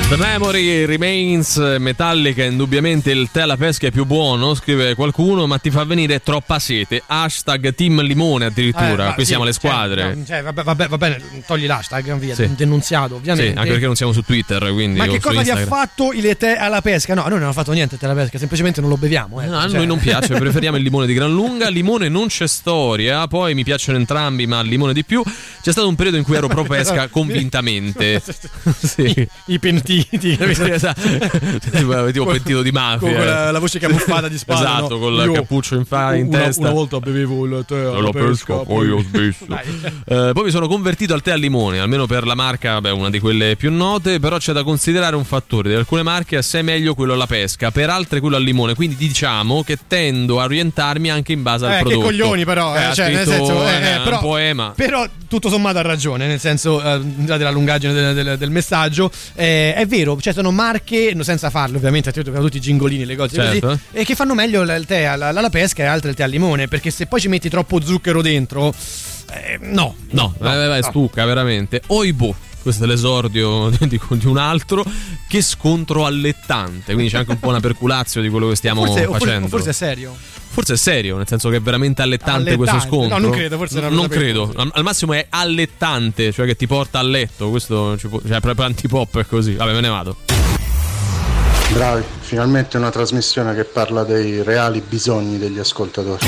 The Memory Remains, Metallica, indubbiamente il tè alla pesca è più buono, scrive qualcuno, ma ti fa venire troppa sete. Hashtag Team Limone addirittura, qui sì, siamo le squadre. Va bene, togli l'hashtag, via, Sì. denunziato ovviamente. Sì, anche perché non siamo su Twitter, quindi Ma o che su cosa vi ha Instagram. fatto il tè alla pesca? No, a noi non ha fatto niente il tè alla pesca, semplicemente non lo beviamo. No, a noi non piace, preferiamo il limone di gran lunga. Limone non c'è storia, poi mi piacciono entrambi, ma il limone di più. C'è stato un periodo in cui ero pro pesca convintamente. Sì. I pentiti, Tipo pentito di mafia. con la voce camuffata di spalla. Esatto, no? col Io cappuccio in testa. Una volta bevevo il tè alla pesca, poi ho smesso. Poi mi sono convertito al tè al limone, almeno per la marca, una di quelle più note. Però c'è da considerare un fattore: di alcune marche assai meglio quello alla pesca, per altre quello al limone. Quindi diciamo che tendo a orientarmi anche in base al prodotto. Che coglioni, però, cioè, nel senso, però, un poema. Però tutto sommato ha ragione, nel senso, della lungaggine del messaggio. È vero, cioè sono marche, senza farlo ovviamente, tutti i gingolini, le cose certo, così, e che fanno meglio il tè alla pesca e altre il tè al limone, perché se poi ci metti troppo zucchero dentro, no, stucca veramente. Oibo, questo è l'esordio di un altro. Che scontro allettante, quindi c'è anche un po' una perculazio di quello che stiamo facendo. Forse è serio. Forse è serio, nel senso che è veramente allettante questo scontro. No, non credo, forse non credo. Al massimo è allettante, cioè che ti porta a letto. Questo cioè proprio antipop è così. Vabbè, me ne vado. Bravi, finalmente una trasmissione che parla dei reali bisogni degli ascoltatori.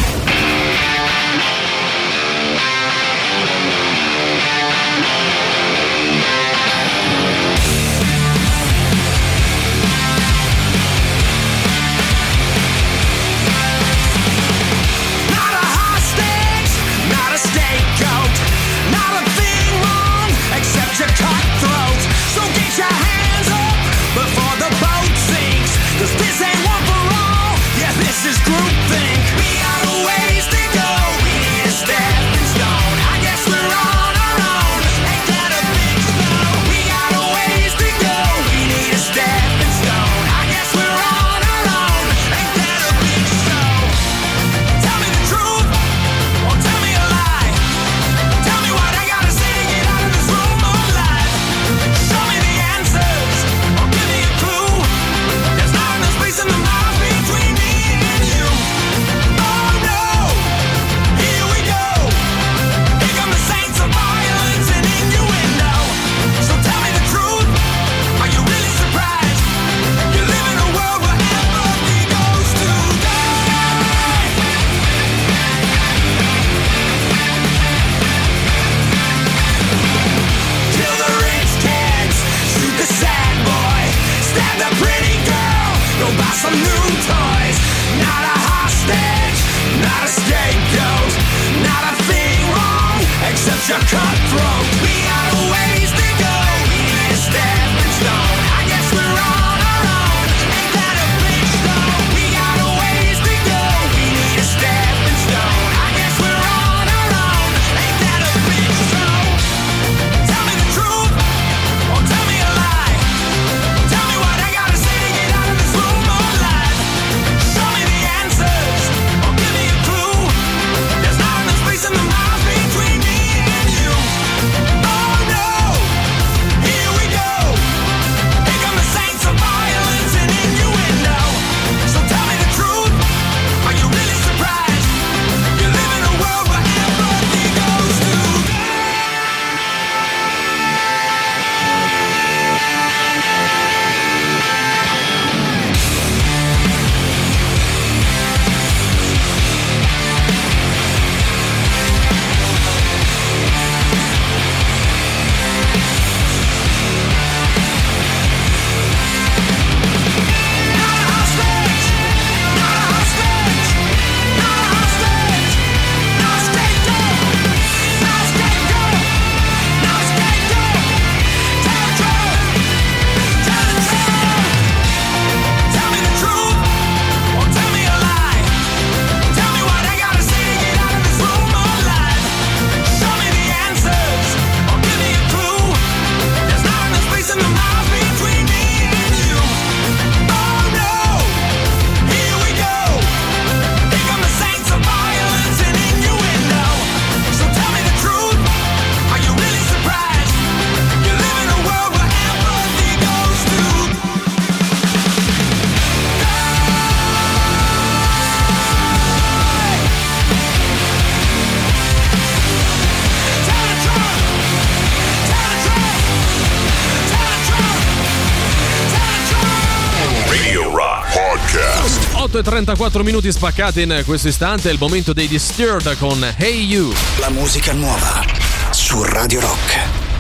Not a hostage, not a scapegoat, not a thing wrong except your cutthroat. So get your hands up before the boat sinks, 'cause this ain't one for all, yeah, this is groupthink. We got a ways to go, we need a stepping stone. I guess we're on our own, ain't that a big show? We got a ways to go, we need a stepping stone. I guess we're on our own, ain't that a big show? Tell me the truth, or tell me a lie. Tell me what I gotta say to get out of this room alive. Show me the answers, or give me a clue. There's not enough space in the miles between me and you. Oh no, here we go. Here come the saints of violence and innuendo. So tell me the truth, are you really surprised? You live in a world where empathy goes to die. Kill the rich kids, shoot the sad boy, stab the pretty girl, go buy some new toys. Not a hostage, not a scapegoat, not a thing wrong except your cutthroat. We got a ways to go, we need a stepping stone. I guess we're on our own, ain't that a big show? We got a ways to go, we need a stepping stone. I guess we're on our own, ain't that a big show? Tell me the truth, or tell me a lie. Tell me what I gotta say to get out of this room alive. Show me the answers, or give me a clue. There's not enough space in the miles between me and you. 8:34 minuti spaccati in questo istante, è il momento dei Disturbed con Hey You. La musica nuova su Radio Rock.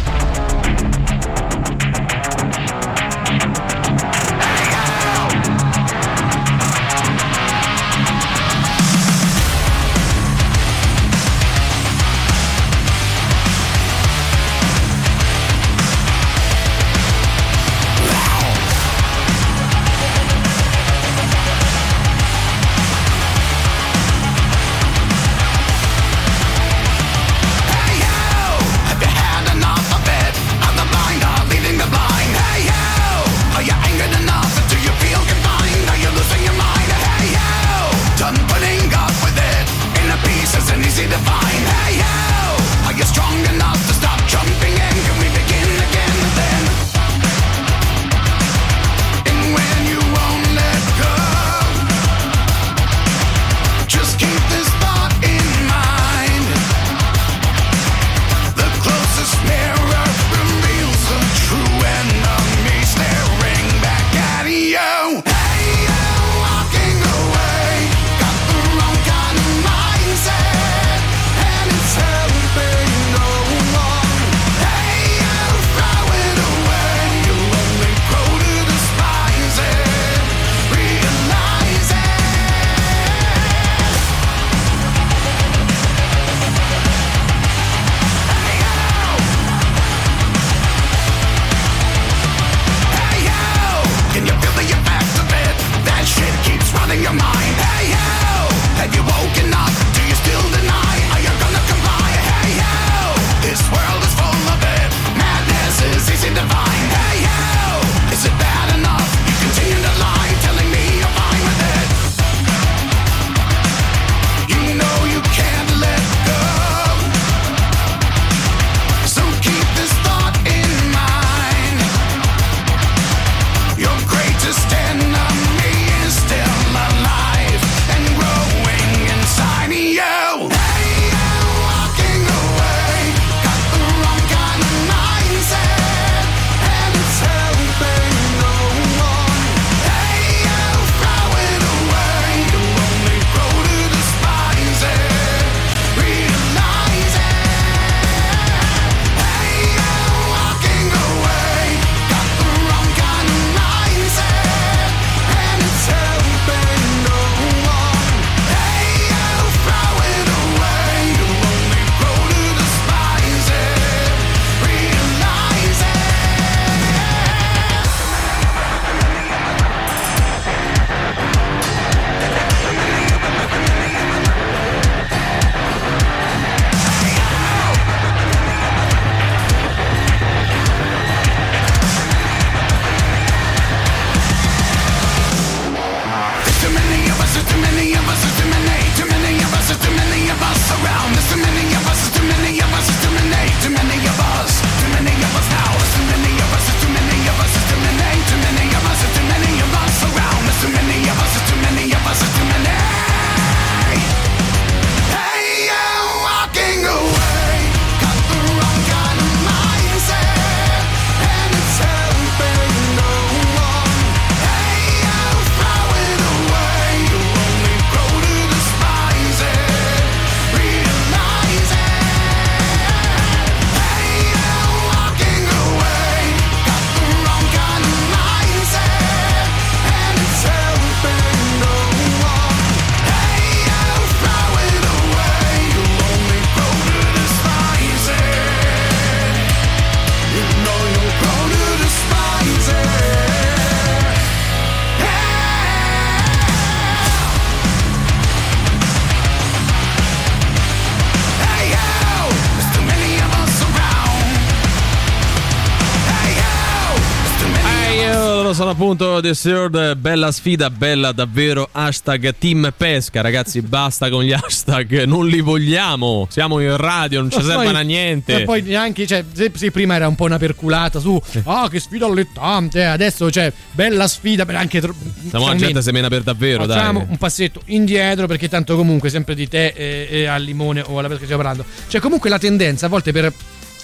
Sono appunto Disturbed, bella sfida, bella davvero. Hashtag Team Pesca, ragazzi, basta con gli hashtag, non li vogliamo, siamo in radio, non ci servono a niente. E poi neanche, cioè, se prima era un po' una perculata su che sfida allettante, adesso c'è bella sfida, per anche siamo la gente semena per davvero, facciamo dai. un passetto indietro, perché tanto comunque sempre di te e al limone o alla pesca stiamo parlando. Cioè comunque la tendenza a volte per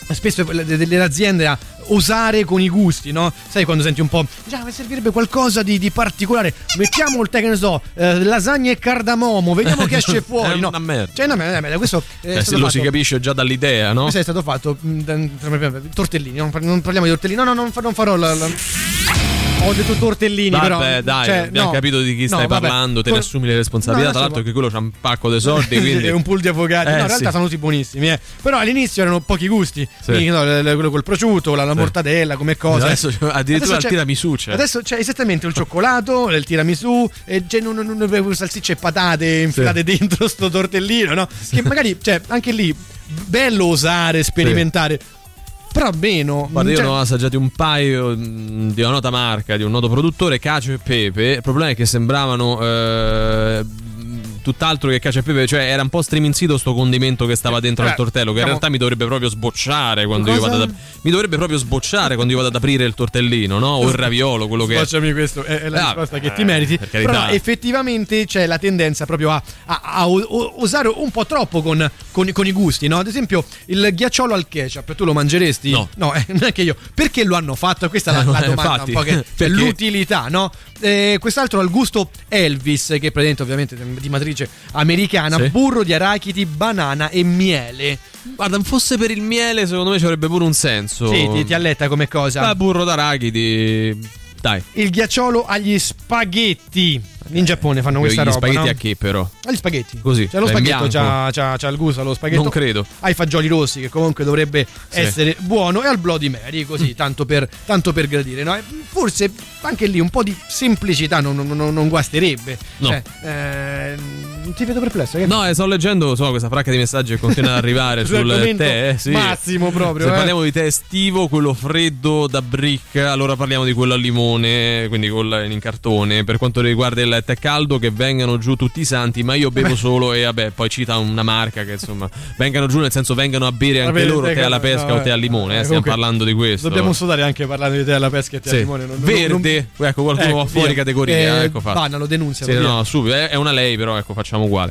spesso delle aziende a osare con i gusti, no? Sai quando senti un po', già mi servirebbe qualcosa di particolare, mettiamo il che ne so, lasagne e cardamomo, vediamo che esce fuori, no? Una merda. Cioè, una merda. Questo è se lo si capisce già dall'idea, no? Questo è stato fatto tortellini, non parliamo di tortellini. No, non farò ho detto tortellini, vabbè, però dai, cioè, abbiamo capito di chi stai parlando, te ne assumi le responsabilità, tra l'altro che quello c'ha un pacco di soldi, quindi è un pool di avvocati. No, in realtà sì. sono tutti buonissimi, però all'inizio erano pochi gusti. Sì. Quindi, no, quello col prosciutto, la mortadella, come cosa. Adesso addirittura il tiramisù c'è. Adesso c'è esattamente il cioccolato, il tiramisù, e c'è salsicce e patate infilate dentro sto tortellino, no? Che magari, cioè, anche lì bello osare, sperimentare. Però meno. Guarda, io ne ho assaggiati un paio di una nota marca, di un noto produttore, cacio e pepe. Il problema è che sembravano tutt'altro che cacio e pepe, cioè era un po' striminzito sto condimento che stava dentro al tortello, che in realtà mi dovrebbe proprio sbocciare quando io vado ad aprire il tortellino, no? O il raviolo, quello che è. Facciami questo, è la risposta che ti meriti. Però effettivamente c'è la tendenza proprio a usare un po' troppo con i gusti, no? Ad esempio il ghiacciolo al ketchup, tu lo mangeresti? No, neanche io. Perché lo hanno fatto? Questa è la domanda infatti, un po' che c'è l'utilità, no? Quest'altro al gusto Elvis, che è presente ovviamente di matrice americana, sì. Burro di arachidi, banana e miele. Guarda, fosse per il miele, secondo me ci avrebbe pure un senso. Sì, ti alletta come cosa? Burro d'arachidi, dai. Il ghiacciolo agli spaghetti. In Giappone fanno questa roba. Gli spaghetti, no? a che però? Agli spaghetti. Così. Cioè, lo spaghetto c'ha il gusto, lo spaghetto. Non credo. Ai fagioli rossi, che comunque dovrebbe essere buono, e al Bloody Mary, così, tanto per gradire, no? Forse anche lì un po' di semplicità non guasterebbe. No. Cioè, ti vedo perplesso. Che no, sto leggendo questa fracca di messaggi che continua ad arrivare sul tè. Sì. Massimo proprio. Se parliamo di tè estivo, quello freddo da brick, allora parliamo di quello al limone, quindi in cartone. Per quanto riguarda il tè caldo, che vengano giù tutti i santi, ma io bevo solo, e vabbè, poi cita una marca che insomma vengano giù, nel senso vengano a bere anche loro tè alla pesca o tè al limone. Stiamo parlando di questo. Dobbiamo sudare anche parlando di tè alla pesca e tè al limone. Verde, ecco, qualcuno va fuori categoria. Ecco fatto. Vanno, lo denunzia. Sì, no, subito, è una lei, però ecco, facciamo uguale.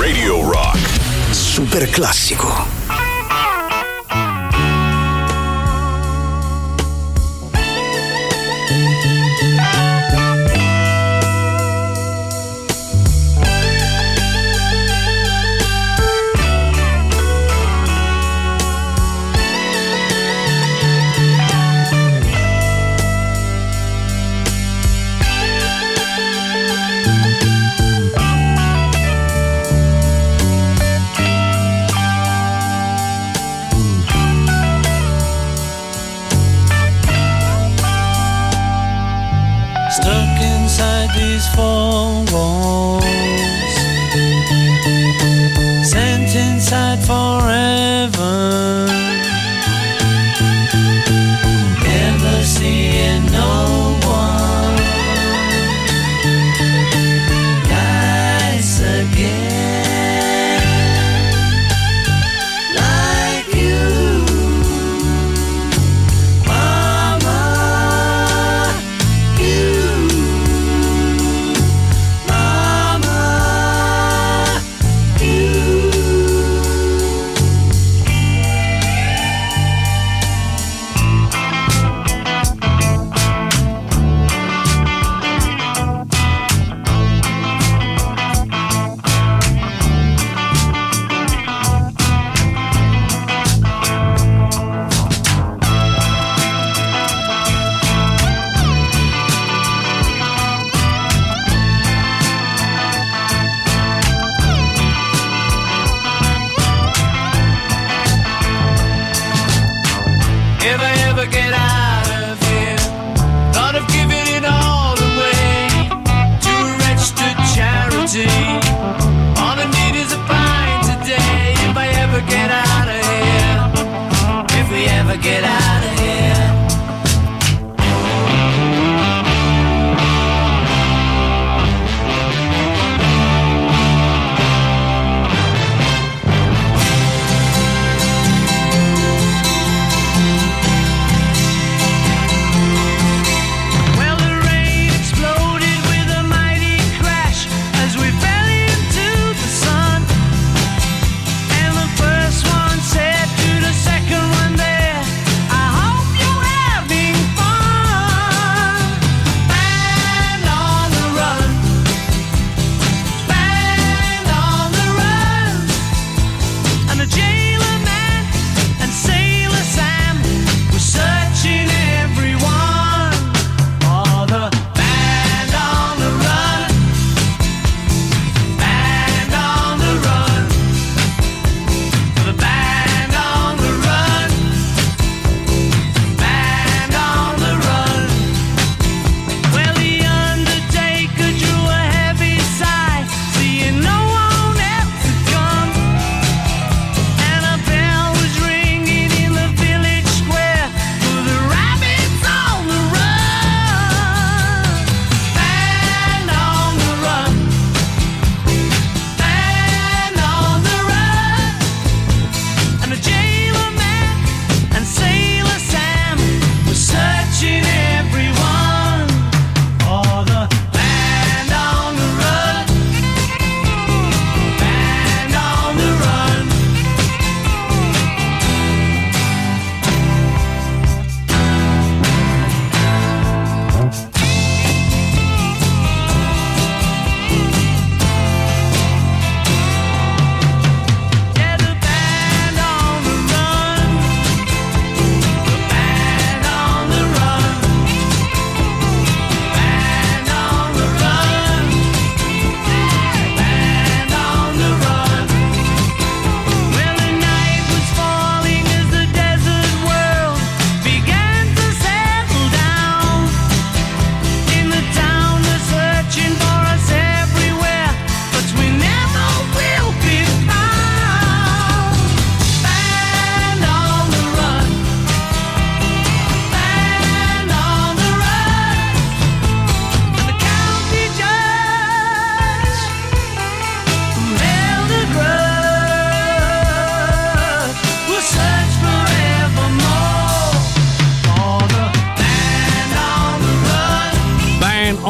Radio Rock. Super classico. Stuck inside these four walls, sent inside forever, never seeing no one nice again like you, Mama.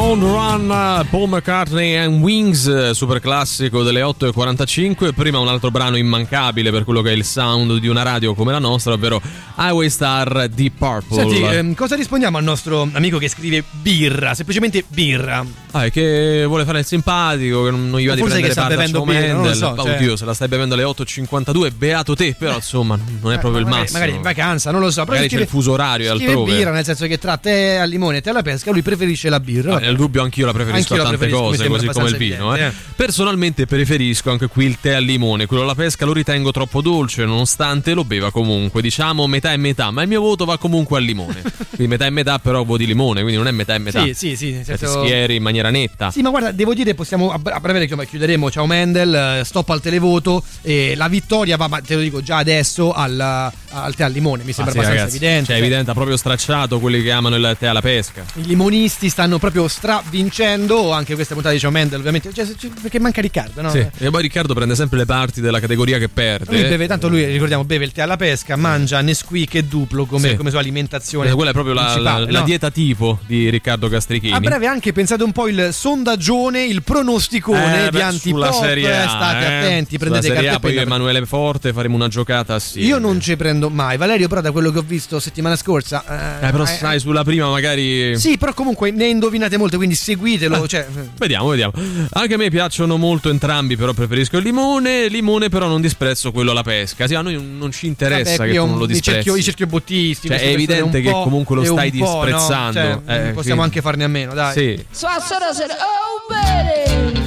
On the Run, Paul McCartney and Wings, super classico delle 8:45. Prima un altro brano immancabile per quello che è il sound di una radio come la nostra, ovvero Highway Star di Purple. Senti, cosa rispondiamo al nostro amico che scrive birra, semplicemente birra? È che vuole fare il simpatico, che non gli va di Forse prendere che sta parte a bevendo Shawn birra, non lo Mendes. so, cioè. Oddio, se la stai bevendo alle 8:52, beato te, però insomma non è proprio il massimo. Magari in vacanza, non lo so. Però Magari c'è il fuso orario scrive altrove. birra, nel senso che tra tè al limone e tè alla pesca lui preferisce la birra. Nel dubbio anch'io la preferisco Anch'io a la tante preferisco, cose, mi così sembra come il vino. abbastanza evidente. Personalmente preferisco anche qui il tè al limone. Quello alla pesca lo ritengo troppo dolce, nonostante lo beva comunque. Diciamo metà e metà, ma il mio voto va comunque al limone. Quindi metà e metà, però voti limone, quindi non è metà e metà. Sì, nel Ti senso... schieri in maniera netta. Sì, ma guarda, devo dire, possiamo a breve chiuderemo. Ciao Mendel, stop al televoto. E la vittoria va, ma te lo dico già adesso, al tè al limone. Mi sembra abbastanza ragazzi, evidente. Cioè, evidente, ha proprio stracciato quelli che amano il tè alla pesca. I limonisti stanno proprio stravincendo anche questa puntata di Ciao Mendel, ovviamente. Cioè, perché manca Riccardo, no? Sì. E poi Riccardo prende sempre le parti della categoria che perde. Lui beve, tanto lui, ricordiamo, beve il tè alla pesca, mangia Nesquik e Duplo come sua alimentazione. Quella è proprio la no? dieta tipo di Riccardo Castrichini. A breve anche pensate un po' il sondaggione, il pronosticone di Antipop. State attenti, prendete carta e poi penna. Emanuele Forte faremo una giocata assieme. Io non ci prendo mai, Valerio, però da quello che ho visto settimana scorsa però sai, sulla prima magari. Sì, però comunque ne indovinate molte, quindi seguitelo. Cioè... Vediamo. Anche a me piacciono molto entrambi, però preferisco il limone, però non disprezzo quello alla pesca. Sì, a noi non ci interessa che tu non lo disprezzi. I cerchiobottisti, cioè, è evidente che comunque lo stai disprezzando. No? Cioè, possiamo anche farne a meno, dai. Sì. So I said, oh baby,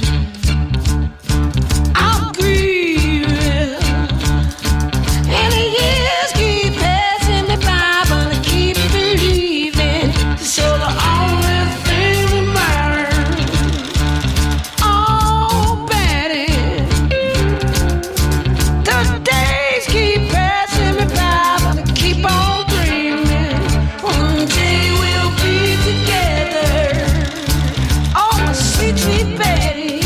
I'm grieving, and the years keep passing me by, but I keep believing, so the only thing that matters. Oh Betty, the days keep passing me by, but I keep on dreaming, one day we'll be together. Oh, my sweet, sweet Betty.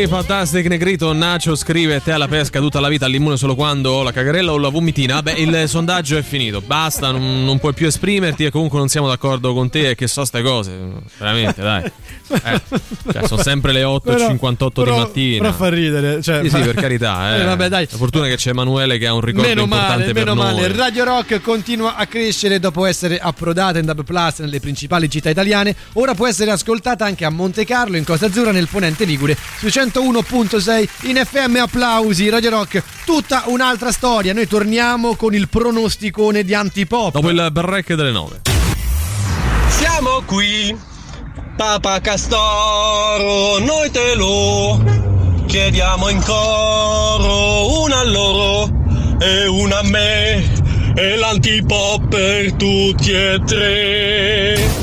Hey, fantastic Negrito. Nacho scrive: te alla pesca tutta la vita, all'immune solo quando ho la cagarella o la vomitina. Vabbè, il sondaggio è finito, basta, non puoi più esprimerti e comunque non siamo d'accordo con te e che so ste cose, veramente, dai. Cioè, sono sempre le 8:58 di mattina. Però fa ridere, cioè, sì, per carità. Vabbè, dai. La fortuna che c'è Emanuele che ha un ricordo importante per meno noi. male. Radio Rock continua a crescere dopo essere approdata in DAB+ nelle principali città italiane. Ora può essere ascoltata anche a Monte Carlo, in Costa Azzurra, nel Ponente Ligure, su 101.6 in FM. Applausi. Radio Rock, tutta un'altra storia. Noi torniamo con il pronosticone di Antipop dopo il break delle 9. Siamo qui, Papa Castoro, noi te lo chiediamo in coro, una a loro e una a me, e l'Antipop per tutti e tre.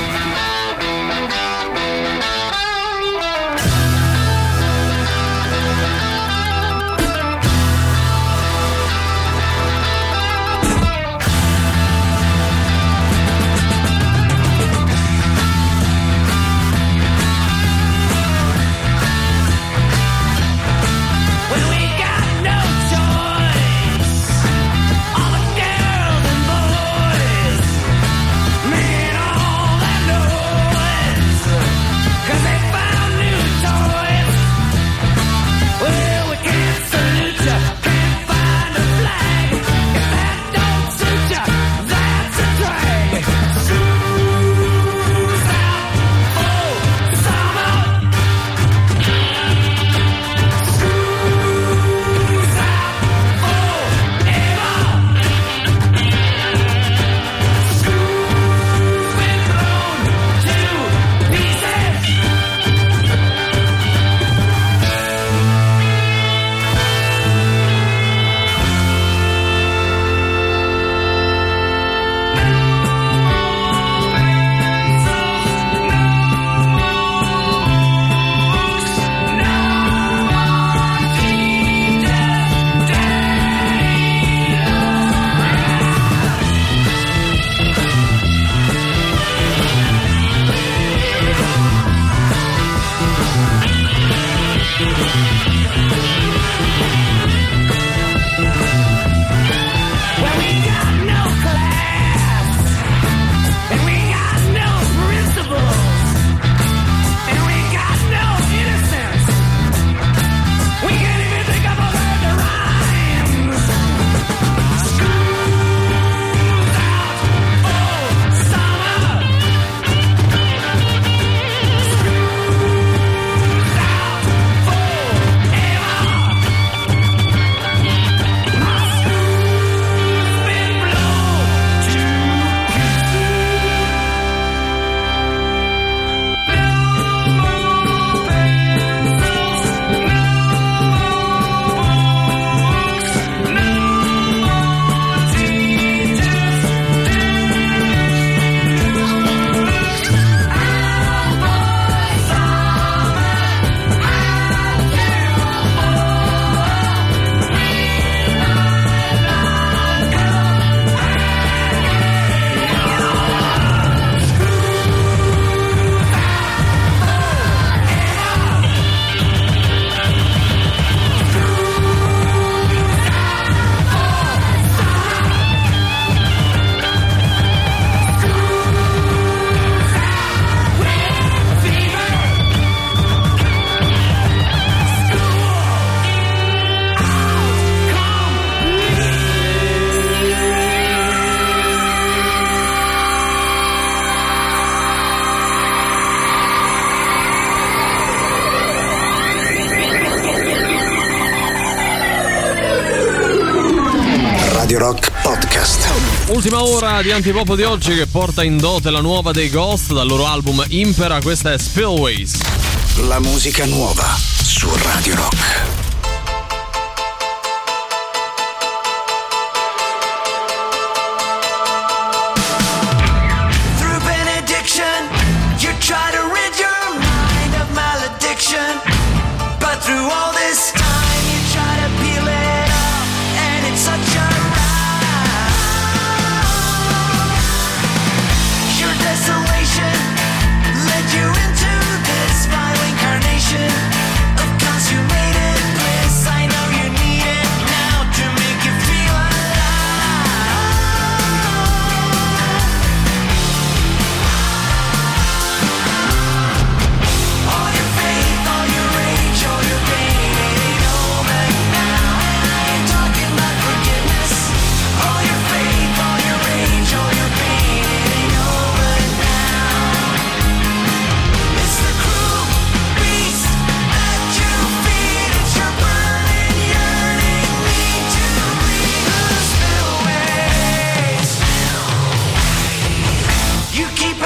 Radio Rock Podcast. Ultima ora di Antipop di oggi che porta in dote la nuova dei Ghost dal loro album Impera. Questa è Spillways. La musica nuova su Radio Rock. Through benediction, you try to rid your mind of malediction. But through all this time, you try to peel it off, and it's such a ride. Your desolation led you into this vile incarnation of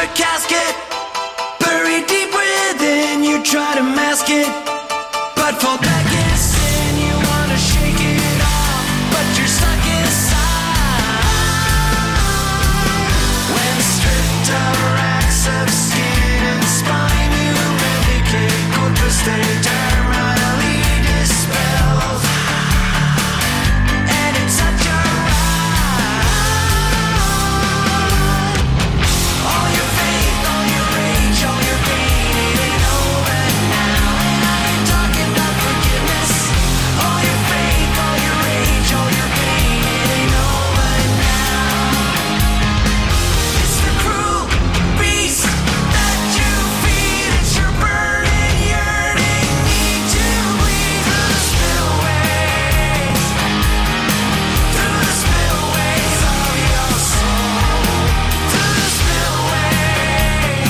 her casket. Buried deep within, you try to mask it, but fall back in sin. You wanna shake it off, but you're stuck inside. When stripped of racks of skin and spine, you indicate corpus stay terminally dispelled. And it's such a all your faith, all your rage, all your pain, it ain't over now. And I ain't talking about forgiveness. All your faith, all your rage, all your pain, it ain't over now. It's the cruel beast that you feed. It's your burning, yearning need to bleed through the spillways, through the spillways of your soul, through the spillways.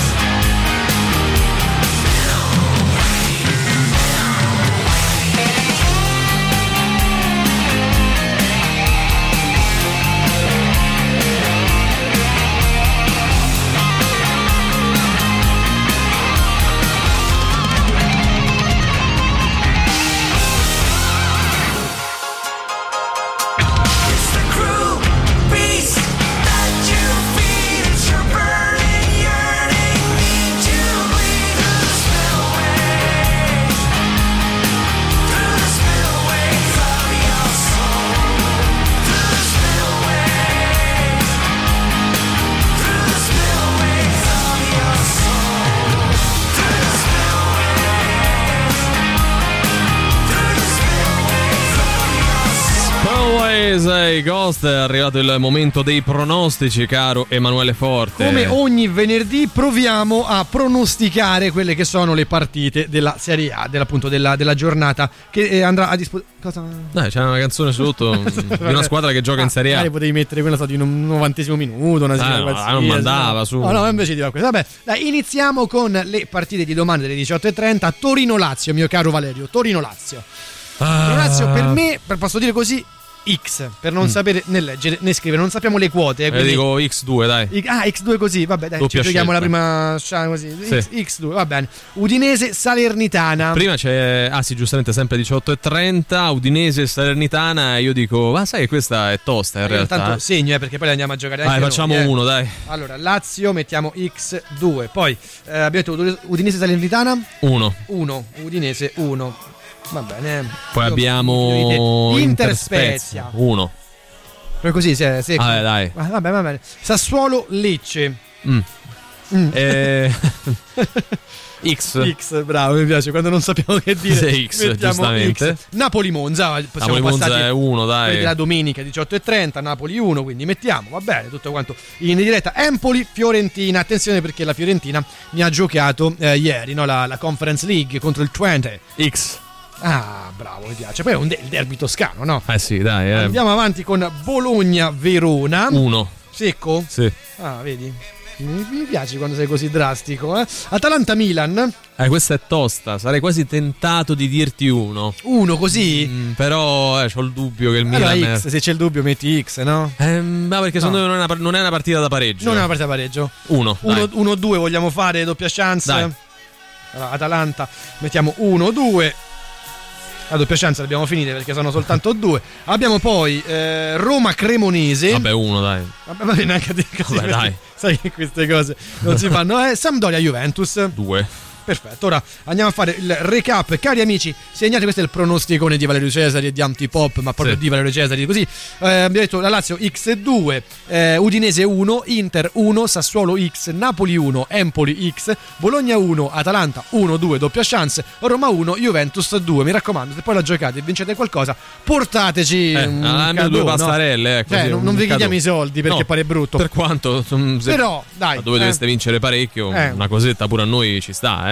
It's the cruel beast that you feed. It's your burning, yearning need to bleed through the spillways, through the spillways of your soul, through the spillways, through the spillways of your soul, through the spillways, through the spillways of your soul. Spillways e Ghost, è arrivato il momento dei pronostici, caro Emanuele Forte. Come ogni venerdì proviamo a pronosticare quelle che sono le partite della Serie A, appunto della giornata che andrà a disposizione. Cosa? Dai, c'è una canzone sotto di una squadra che gioca in Serie A. Magari potevi mettere quella di un 90° minuto, una sigla no, qualsiasi, non mandava su. No, invece di fare questo. Vabbè, dai, iniziamo con le partite di domani delle 18:30. Torino-Lazio, mio caro Valerio. Torino-Lazio. Torino-Lazio per me, posso dire così, X, per non sapere né leggere né scrivere, non sappiamo le quote. Quindi... dico X2, dai. X2 così, vabbè, dai, doppia ci giochiamo la scelta. prima così. Sì. X2, va bene. Udinese-Salernitana. Prima c'è, sì, giustamente sempre 18:30, Udinese-Salernitana, io dico, ma sai che questa è tosta in realtà. Tanto segno, perché poi andiamo a giocare anche noi, facciamo uno, dai. Allora, Lazio mettiamo X2, poi abbiamo detto Udinese-Salernitana 1, Udinese 1. Va bene. Poi abbiamo Inter-Spezia 1. Poi così se dai. Va bene. Sassuolo-Lecce. X, bravo, mi piace quando non sappiamo che dire. Sì, X, giustamente. X. Napoli-Monza, possiamo Monza è 1, dai. La domenica 18:30, Napoli 1, quindi mettiamo, va bene, tutto quanto in diretta. Empoli-Fiorentina, attenzione perché la Fiorentina mi ha giocato ieri, no? La Conference League contro il Twente. X. Ah, bravo, mi piace. Poi è il derby toscano, no? Sì, dai. Andiamo avanti con Bologna-Verona. 1. Secco? Sì. Ah, vedi? Mi piace quando sei così drastico. Atalanta-Milan. Questa è tosta. Sarei quasi tentato di dirti 1. 1 così? Però c'ho il dubbio che il allora Milan. X, se c'è il dubbio metti X, no? Ma perché secondo me non è una partita da pareggio. Non è una partita da pareggio. 1-2 vogliamo fare doppia chance? Dai. Allora, Atalanta mettiamo 1-2. La doppia chance l'abbiamo finita perché sono soltanto 2. Abbiamo poi Roma-Cremonese. Vabbè, 1, dai. Vabbè, va bene anche a dire così. Vabbè, dai. Sai che queste cose non si fanno. Sampdoria-Juventus. 2. Perfetto, ora andiamo a fare il recap. Cari amici, segnate, questo è il pronosticone di Valerio Cesari e di Antipop, ma proprio di Valerio Cesari, così. Abbiamo detto la Lazio X2, Udinese 1, Inter 1, Sassuolo X, Napoli 1, Empoli X, Bologna 1, Atalanta 1-2, doppia chance, Roma 1, Juventus 2. Mi raccomando, se poi la giocate e vincete qualcosa, portateci un cadeau, 2 pastarelle, no? Non vi chiediamo i soldi perché pare brutto. Per quanto, però dai, dove dovreste vincere parecchio, una cosetta pure a noi ci sta,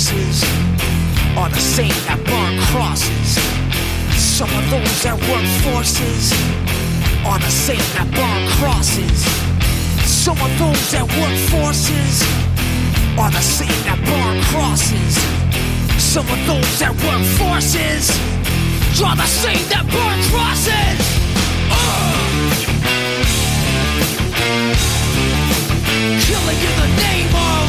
forces are the same that burn crosses. Some of those that work forces are the same that burn crosses. Some of those that work forces are the same that burn crosses. Some of those that work forces are the same that burn crosses. Killing in the name of.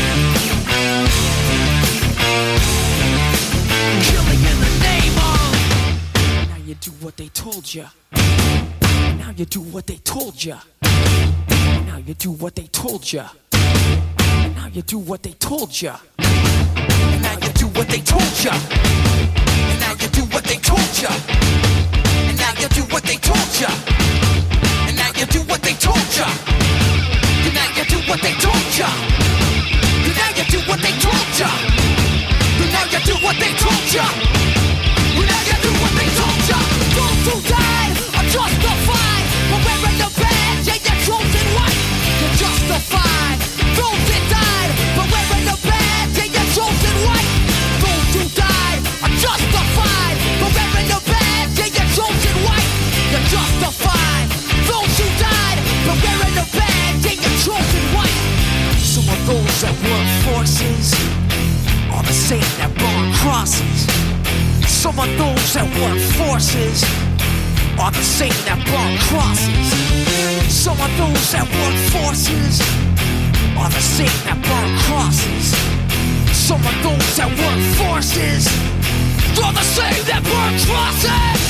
Killing in the name of. Now you do what they told you. Now you do what they told you. Now you do what they told you. Now you do what they told you. Now you do what they told you. Now you do what they told you. And now you do what they told you. And now you do what they told you. And now you do what they told you. And now you do what they told you. And now you do what they told you. And now you do what they told you. Those who died are justified for wearing the badge and your chosen white. You're justified. Those that died for wearing the badge and your chosen white. Those who died are justified for wearing the badge and your chosen white. You're justified. Those who died for wearing the badge and your chosen white. Some of those that work forces are the same that burn crosses. Some of those that work forces are the same that burn crosses. Some of those that work forces are the same that burn crosses. Some of those that work forces are the same that burn crosses.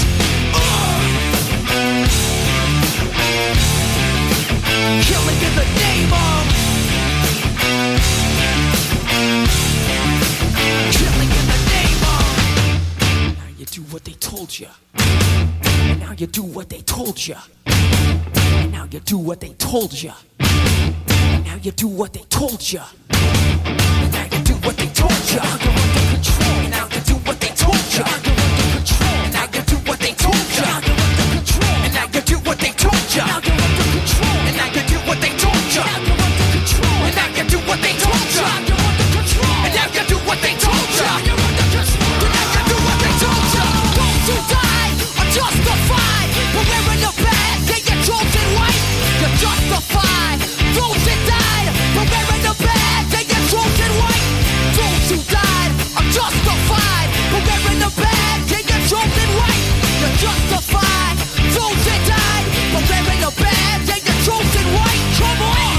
Killing in the name of. Killing in the name of. Now you do what they told you. And now you do what they told you. And now you do what they told you. And now you do what they told you. And now you do what they told you. Now you're under control. And now you do what they told you. Now you're under control. And now you do what they told you. Now you're under control. And now you do what they told you. Now you're under control. And now you do what they told you. Now you're under control. And now you do what they told you. Now you're under control. And now you do what they told you. Now you're under control. And now you do what they told you. Those who died are justified for wearing the badge and your chosen white. You're justified. Those that died for wearing the badge and your chosen white. Those who died are justified for wearing the badge and your chosen white. You're justified. Those that died for wearing the badge and your chosen white. Come on.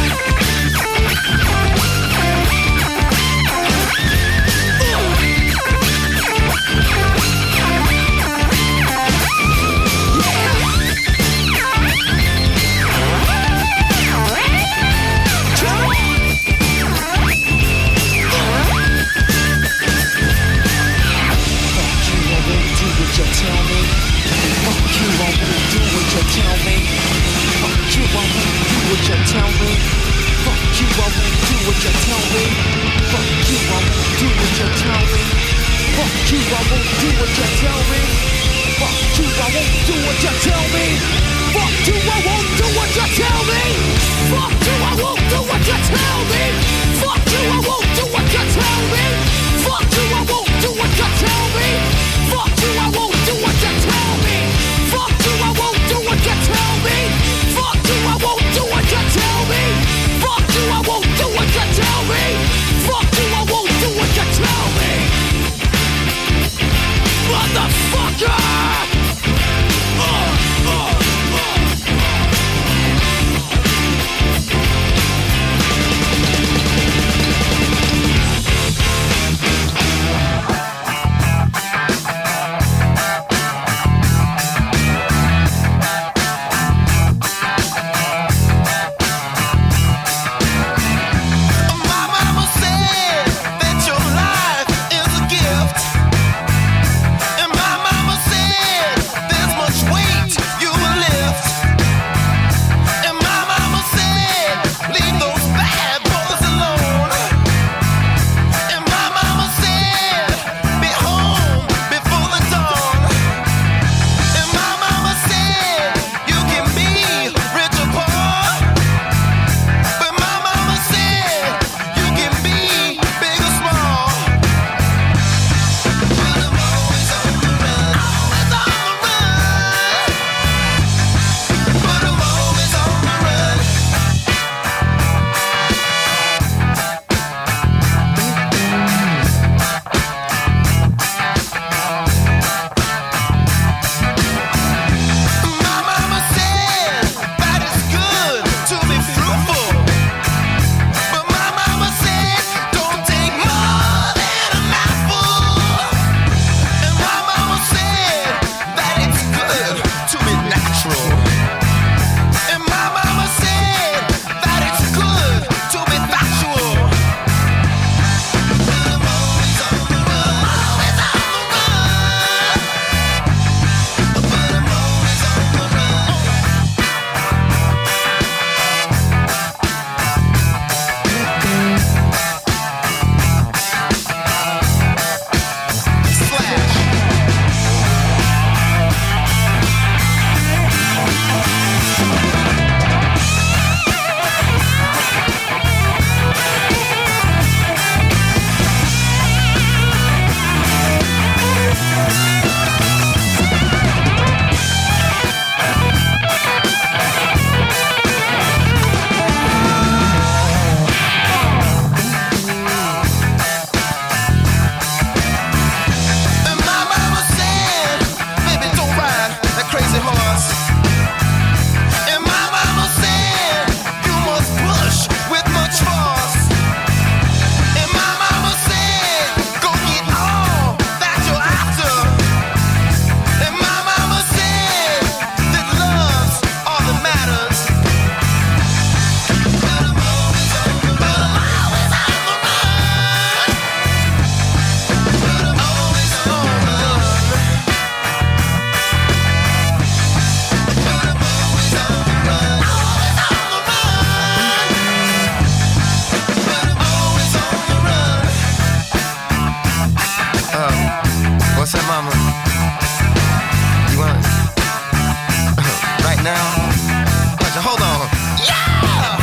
mama. You want right now? Hold on. Yeah!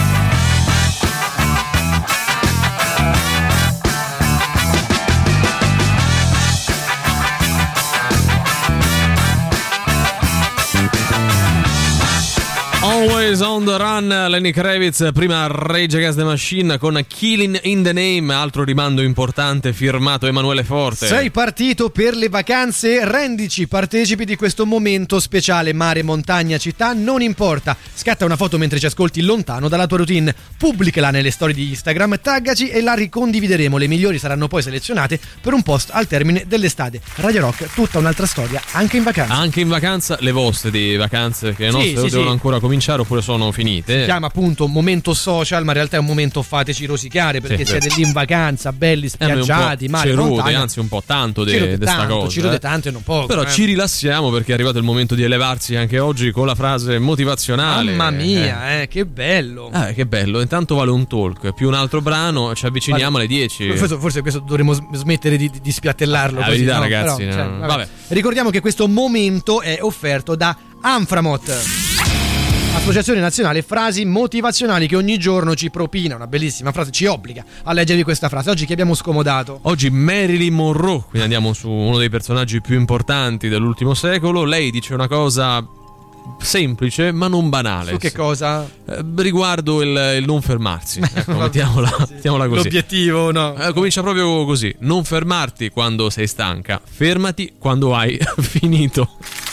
Always on the run, Lenny Kravitz, prima Rage Against the Machine con Killing in the Name, altro rimando importante firmato Emanuele Forte. Sei partito per le vacanze? Rendici partecipi di questo momento speciale. Mare, montagna, città, non importa. Scatta una foto mentre ci ascolti lontano dalla tua routine, pubblicala nelle storie di Instagram, taggaci e la ricondivideremo. Le migliori saranno poi selezionate per un post al termine dell'estate. Radio Rock, tutta un'altra storia anche in vacanza. Anche in vacanza, le vostre di vacanze che le nostre devono ancora cominciare oppure sono finite. Si chiama appunto momento social, ma in realtà è un momento fateci rosicare, perché siete lì in vacanza, belli spiaggiati, mare, montagna. Anzi un po' tanto di sta cosa. Ci rode tanto e non poco. Però ci rilassiamo perché è arrivato il momento di elevarsi anche oggi con la frase motivazionale. Mamma mia, che bello. Che bello. Intanto vale un talk più un altro brano, ci avviciniamo alle 10. Forse questo dovremmo smettere di spiattellarlo. La verità, ragazzi. Però, vabbè. Ricordiamo che questo momento è offerto da Anframot, Associazione Nazionale Frasi Motivazionali, che ogni giorno ci propina una bellissima frase, ci obbliga a leggervi questa frase. Oggi chi abbiamo scomodato? Oggi Marilyn Monroe, quindi andiamo su uno dei personaggi più importanti dell'ultimo secolo. Lei dice una cosa semplice ma non banale. Su che cosa? Riguardo il non fermarsi. Ecco, mettiamola così. L'obiettivo, no? Comincia proprio così: non fermarti quando sei stanca, fermati quando hai finito.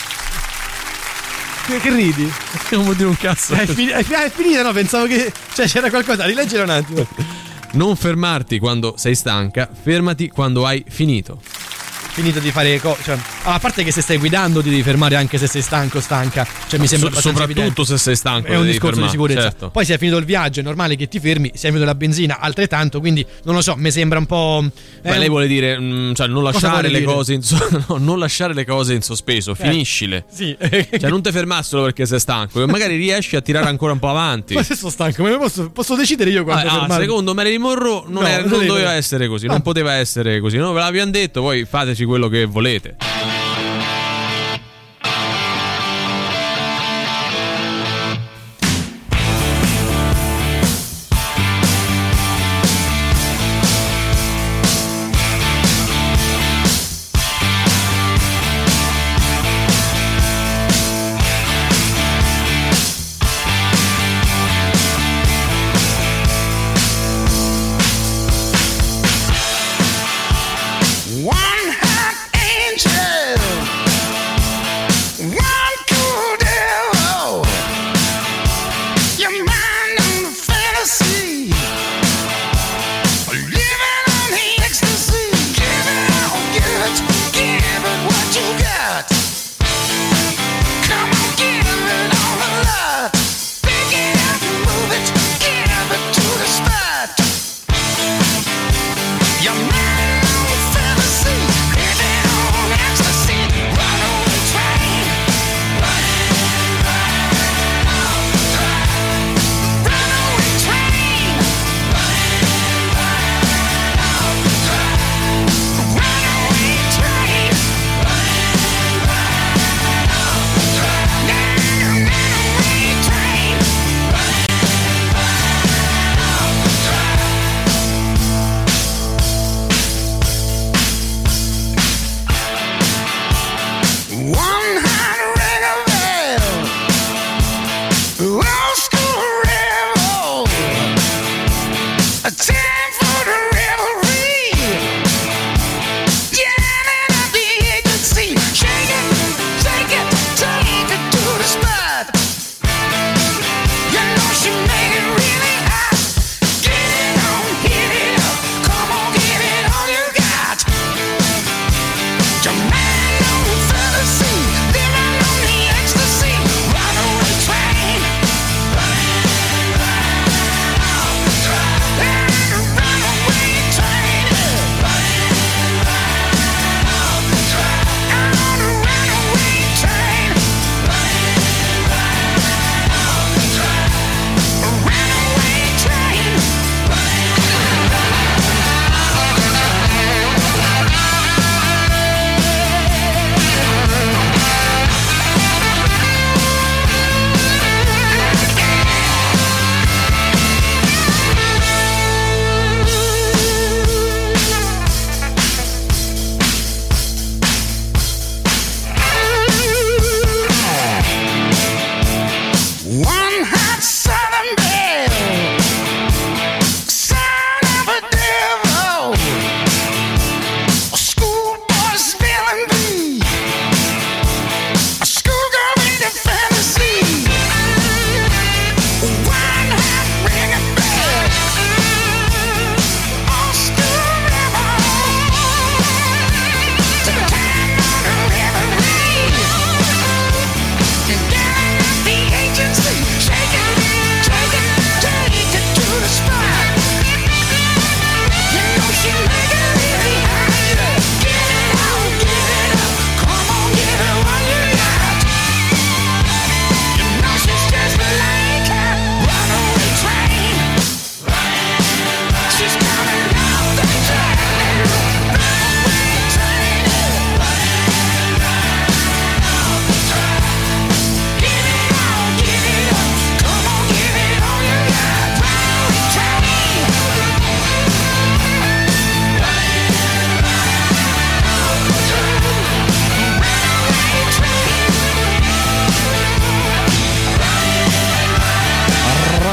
Che ridi? Non vuol dire un cazzo. È finita, no? Pensavo che c'era qualcosa. Rileggere un attimo. Non fermarti quando sei stanca, fermati quando hai finito. Finito di fare a parte che se stai guidando ti devi fermare anche se sei stanco o stanca, mi sembra soprattutto evidente. Se sei stanco è un discorso di sicurezza, certo. Poi se hai finito il viaggio è normale che ti fermi, se hai finito la benzina altrettanto, quindi non lo so, mi sembra un po'. Lei vuole dire non lasciare le cose non lasciare le cose in sospeso, finiscile. Sì. Non ti fermare solo perché sei stanco, magari riesci a tirare ancora un po' avanti. Ma se sono stanco, me posso decidere io quando fermarmi. Secondo Marilyn Monroe non doveva essere così, non poteva essere così, non ve l'abbiamo detto, poi fateci quello che volete. One hot angel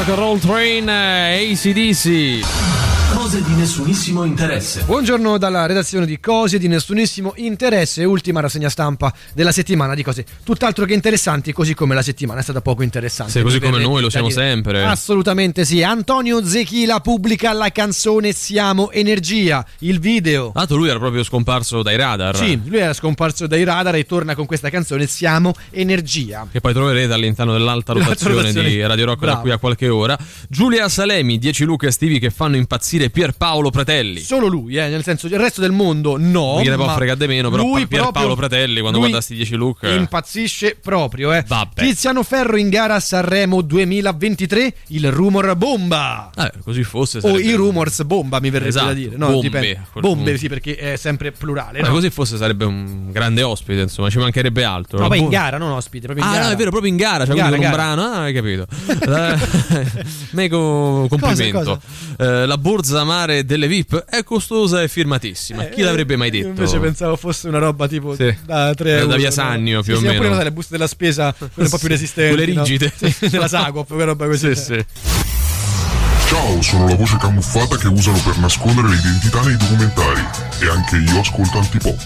Rock and Roll Train, AC/DC. Cose di nessunissimo interesse. Buongiorno dalla redazione di Cose di nessunissimo interesse, ultima rassegna stampa della settimana di cose tutt'altro che interessanti, così come la settimana è stata poco interessante. Sì, così come noi lo siamo sempre. Assolutamente sì. Antonio Zechila pubblica la canzone Siamo Energia, il video. Lui era proprio scomparso dai radar. Sì, lui era scomparso dai radar e torna con questa canzone Siamo Energia, che poi troverete all'interno dell'alta rotazione di Radio Rock. Bravo. Da qui a qualche ora. Giulia Salemi, 10 look estivi che fanno impazzire Pierpaolo Pretelli. Solo lui, nel senso il resto del mondo no. Mi ne può fregare di meno, però Pierpaolo Pretelli quando guarda sti 10 look impazzisce proprio. Vabbè. Tiziano Ferro in gara a Sanremo 2023, il rumor bomba. Così fosse. O i rumors bomba, mi verrebbe da dire. No, bombe. Bombe, sì, perché è sempre plurale. No? Così fosse sarebbe un grande ospite, insomma, ci mancherebbe altro. No, poi in gara, non ospite, proprio in gara. No, è vero, proprio in gara, cioè un brano. Hai capito. Mego complimento. Cosa? La borsa mare delle VIP è costosa e firmatissima. Chi l'avrebbe mai detto? Invece pensavo fosse una roba tipo da 3 euro. Da via Sannio, più o meno. Pure le buste della spesa, quelle un po' più resistenti. Quelle rigide. No? Sì, della Saguop, quella roba così. Sì. Ciao, sono la voce camuffata che usano per nascondere l'identità nei documentari. E anche io ascolto Antipop.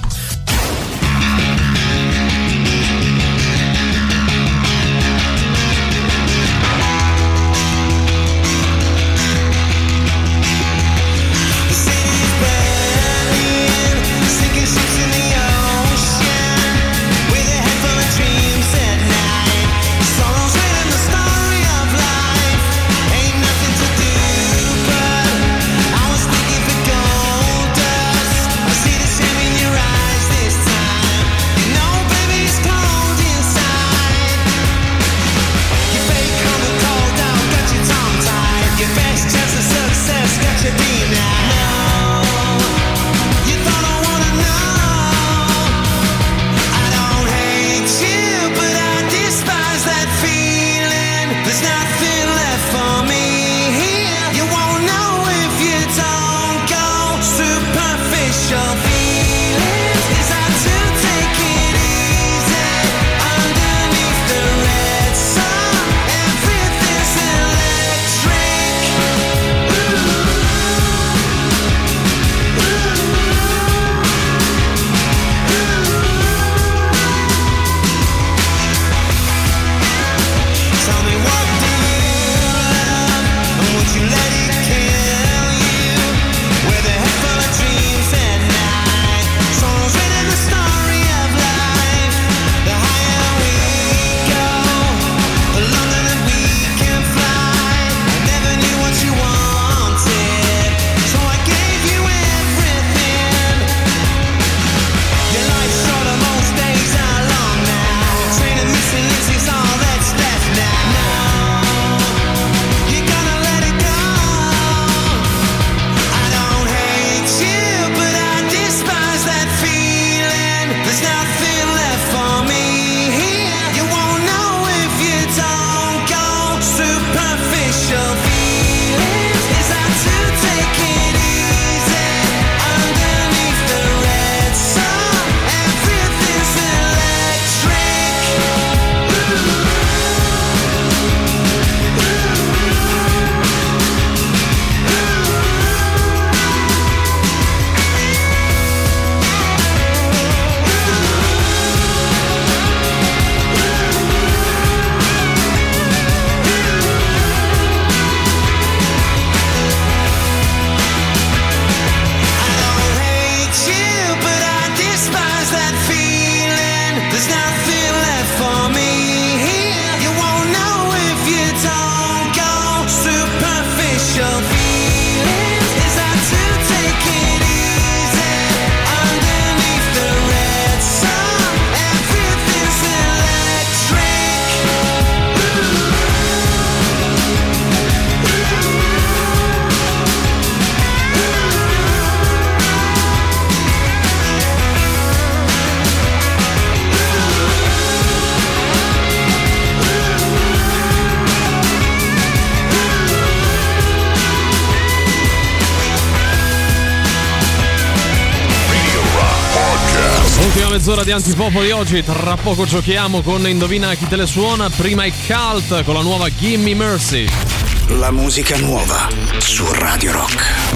See the shame in your eyes this time. Ultima mezz'ora di Antipopoli oggi, tra poco giochiamo con Indovina chi te le suona, prima i Cult con la nuova Gimme Mercy. La musica nuova su Radio Rock.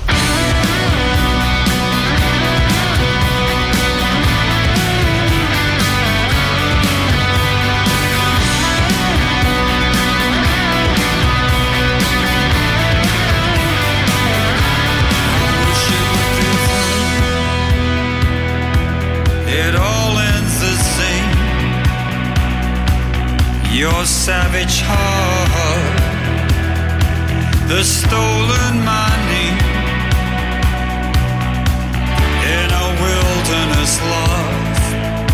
It all ends the same. Your savage heart, the stolen money in a wilderness lost.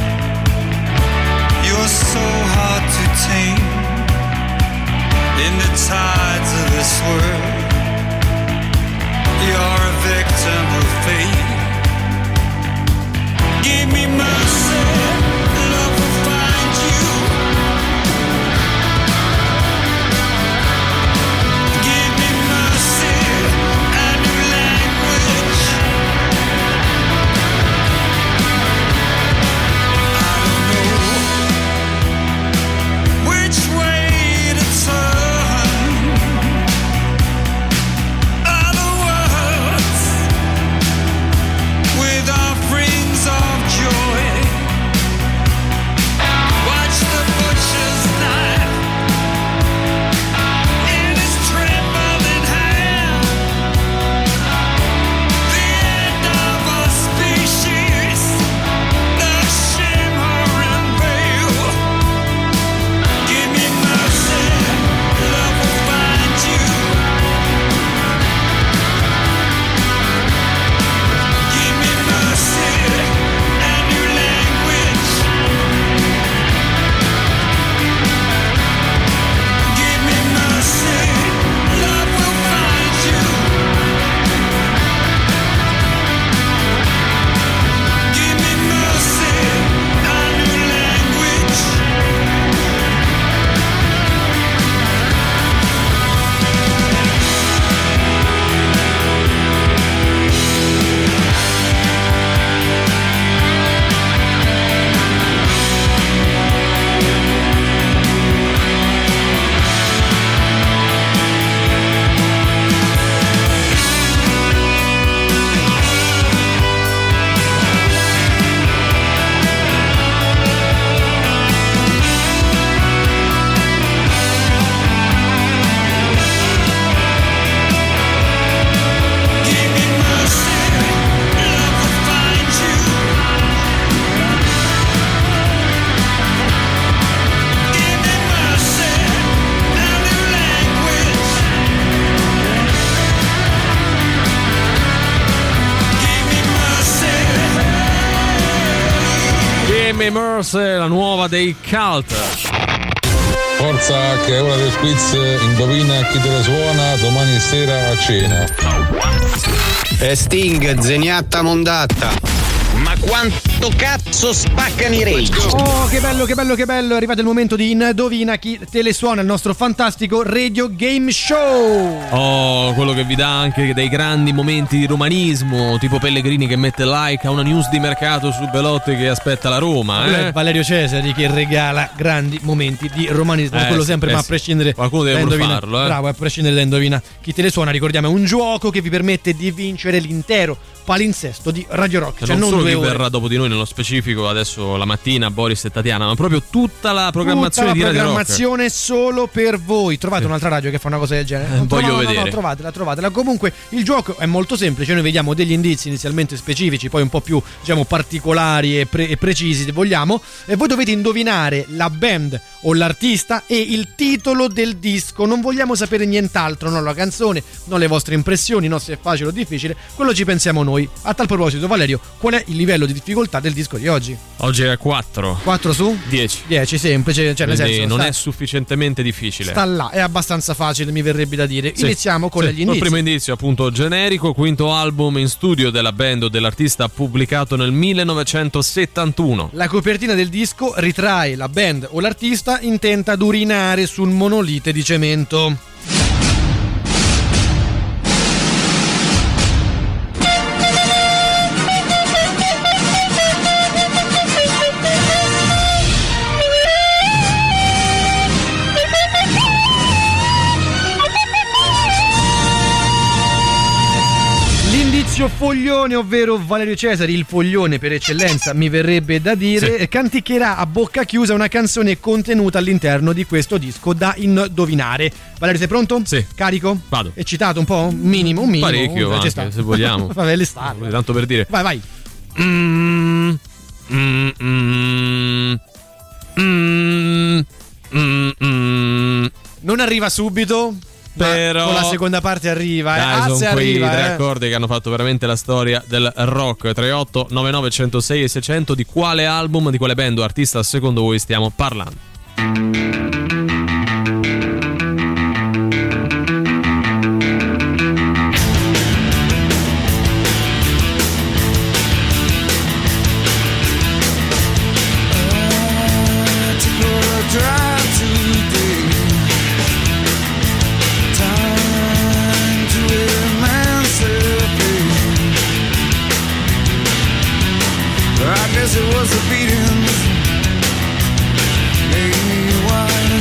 You're so hard to tame in the tides of this world. You're a victim of fate. Give me mercy, love will find you. Give me mercy, a new language. I don't know which way to turn. Other words with offerings of joy. Watch the butcher's knife in his trembling hand. The end of a species, the shimmering veil. Give me mercy, love will find you. Give me mercy, a new language. Give me mercy, love will find you. Give me mercy, a new language. Give me mercy, love will find you. Give me mercy, a new language. Give me mercy. Gimme Mercy, la nuova dei Cult. Forza che è ora del quiz, indovina chi te la suona domani sera a cena. Sting, Zeniatta Mondatta. Ma quanto cazzo spaccano i Rage? Oh, che bello, che bello, che bello. È arrivato il momento di indovina chi te le suona, il nostro fantastico Radio Game Show. Oh, quello che vi dà anche dei grandi momenti di romanismo, tipo Pellegrini che mette like a una news di mercato su Belotti che aspetta la Roma, Valerio Cesari che regala grandi momenti di romanismo, quello sì, sempre, ma a sì. prescindere Qualcuno deve da pure indovina- farlo, Bravo, a prescindere da indovina chi te le suona, ricordiamo è un gioco che vi permette di vincere l'intero palinsesto di Radio Rock, Cioè, cioè non non solo 2 chi ore. verrà dopo di noi nello specifico adesso la mattina, Boris e Tatiana, ma proprio tutta la programmazione Tutta la di Radio Rock. programmazione solo per voi. Trovate un'altra radio che fa una cosa del genere? Voglio No, vedere. trovatela. Comunque il gioco è molto semplice, noi vediamo degli indizi inizialmente specifici, poi un po' più, diciamo, particolari e precisi se vogliamo, e voi dovete indovinare la band o l'artista e il titolo del disco. Non vogliamo sapere nient'altro, non la canzone, non le vostre impressioni, no, se è facile o difficile, quello ci pensiamo noi. A tal proposito, Valerio, qual è il livello di difficoltà del disco di oggi? Oggi è 4. 4 su? 10. 10, semplice, cioè nel Quindi senso non sta- è sufficientemente difficile. sta là, è abbastanza facile, mi verrebbe da dire. Iniziamo con gli Il indizi. primo indizio, appunto, generico, quinto album in studio della band o dell'artista pubblicato nel 1971. La copertina del disco ritrae la band o l'artista intenta ad urinare sul monolite di cemento. Sergio Foglione, ovvero Valerio Cesari, il foglione per eccellenza, mi verrebbe da dire, canticchierà a bocca chiusa una canzone contenuta all'interno di questo disco da indovinare. Valerio, sei pronto? Sì. Carico? Vado. Eccitato un po'? Un minimo. Parecchio, Ci anche, sta. se vogliamo. Vabbè, l'estate. Tanto per dire. Vai. Non arriva subito, però con la seconda parte arriva. Dai, sono se quei arriva, tre accordi che hanno fatto veramente la storia del rock. 38 99 106 e 600. Di quale album, di quale band o artista secondo voi stiamo parlando? It was a beating, made me wide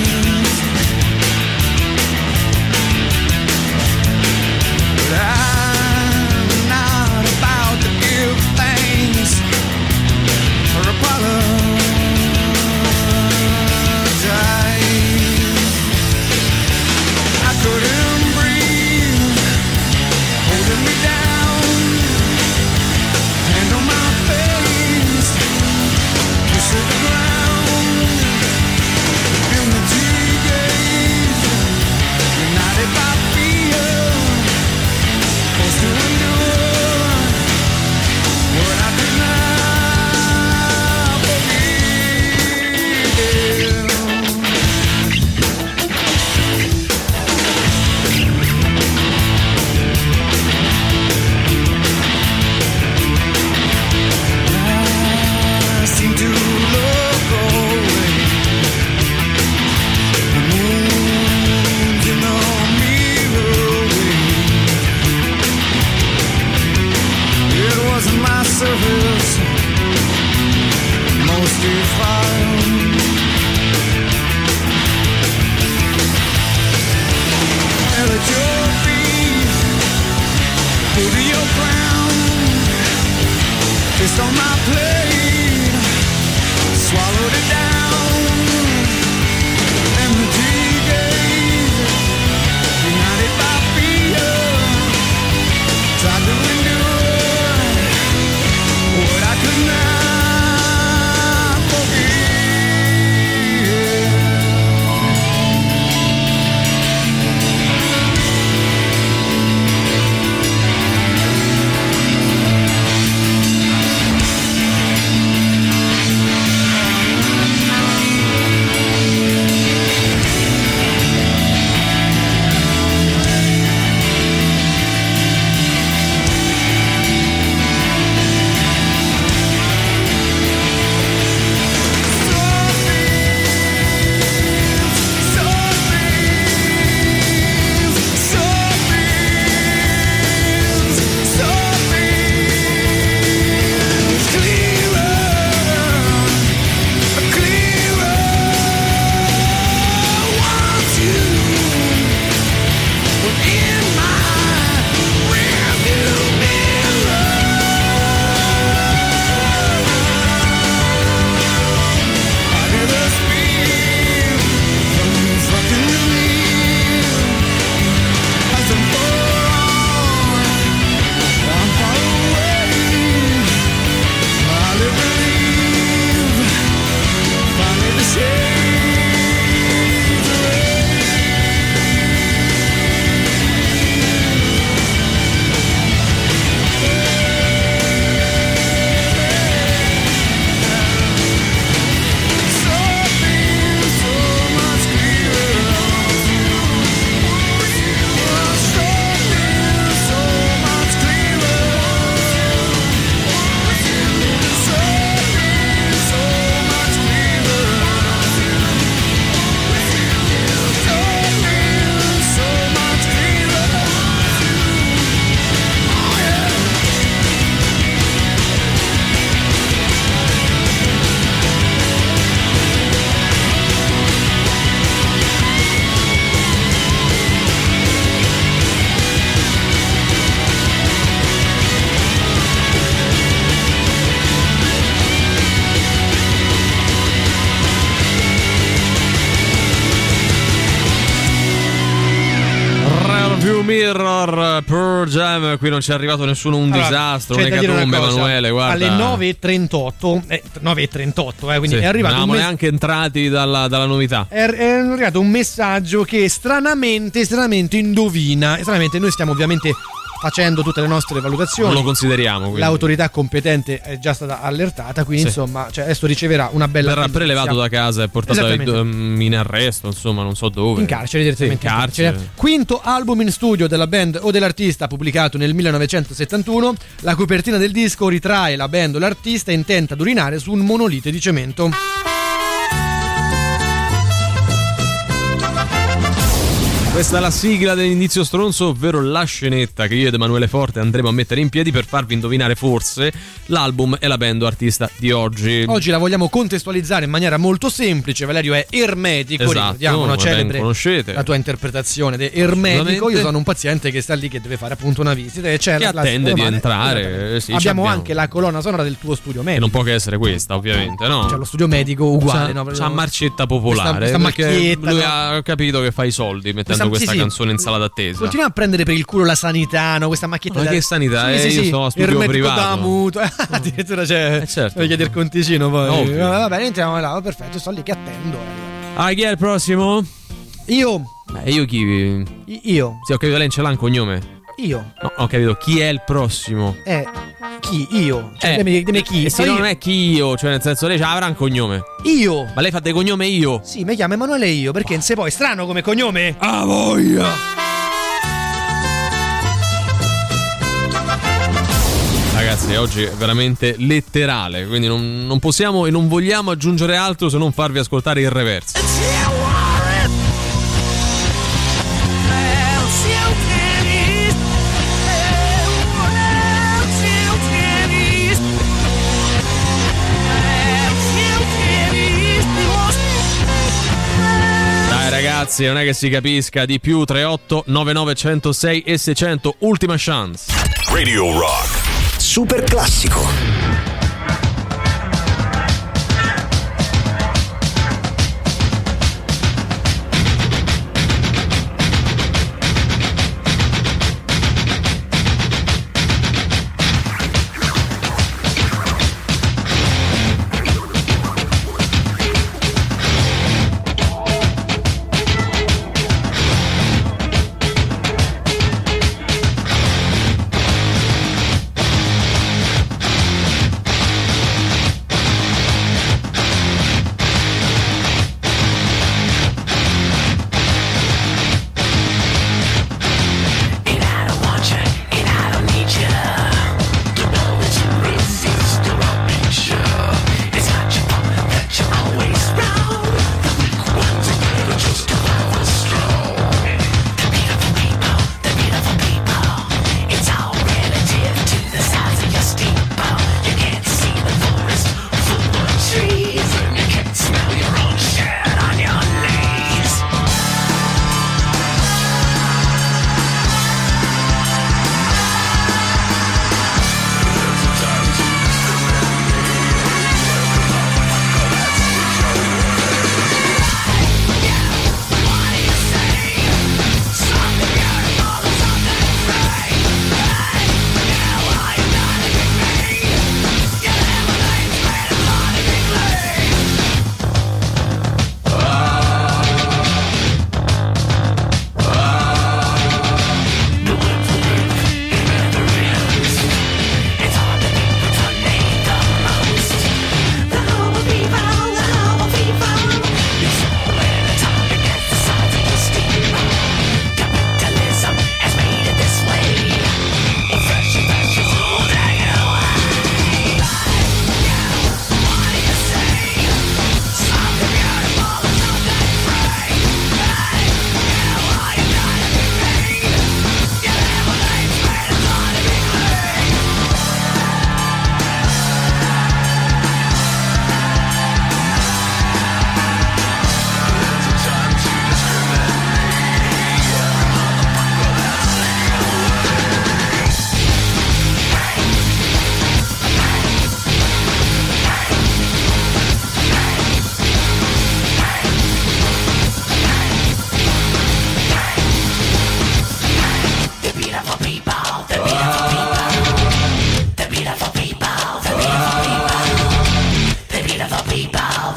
Mirror, Pearl Jam. Qui non ci è arrivato nessuno un disastro, un'ecatombe, Emanuele, guarda. Alle 9.38 quindi sì, è arrivato non eravamo neanche entrati dalla novità. È arrivato un messaggio che stranamente indovina. Stranamente noi stiamo ovviamente facendo tutte le nostre valutazioni. Non lo consideriamo, quindi. L'autorità competente è già stata allertata, quindi sì. insomma, cioè, adesso riceverà una bella verrà prelevato da casa e portato in arresto, insomma, non so dove. In carcere direttamente. Sì, in carcere. Quinto album in studio della band o dell'artista, pubblicato nel 1971. La copertina del disco ritrae la band o l'artista intenta ad urinare su un monolite di cemento. Questa è la sigla dell'indizio stronzo, ovvero la scenetta che io ed Emanuele Forte andremo a mettere in piedi per farvi indovinare forse l'album e la band o artista di oggi. Oggi la vogliamo contestualizzare in maniera molto semplice. Valerio è Ermetico, ricordiamo, no? Celebre conoscete la tua interpretazione di Ermetico. Io sono un paziente che sta lì, che deve fare appunto una visita e c'è che attende di entrare. Sì, abbiamo anche la colonna sonora del tuo studio medico. E non può che essere questa, ovviamente, no? C'è lo studio medico uguale, no? C'ha marcetta popolare. Questa macchietta, lui no? ha capito che fa i soldi mettendo questa canzone in sala d'attesa. Continuiamo a prendere per il culo la sanità, no? Questa macchietta. Ma che sanità? Io sono a studio Ermetico privato. Da mutuo. Addirittura c'è. Certo. Devi chiedere il conticino poi. Ovvio. Va bene, entriamo là. Perfetto, sto lì che attendo. Chi è il prossimo? Io. Io chi? Io. Sì, ho capito, lei ce l'ha un cognome. Io. No, ho capito. Chi è il prossimo? Chi? Io. Cioè, dimmi chi. Sì, non è chi io, cioè nel senso lei avrà un cognome. Io. Ma lei fa dei cognome io? Sì, mi chiamo Emanuele Io, perché non sei poi strano come cognome? Ah, voglia! Ragazzi, oggi è veramente letterale, quindi non possiamo e non vogliamo aggiungere altro se non farvi ascoltare il reverso. Dai ragazzi, non è che si capisca di più. 38 99 106 e 600, ultima chance. Radio Rock Super classico.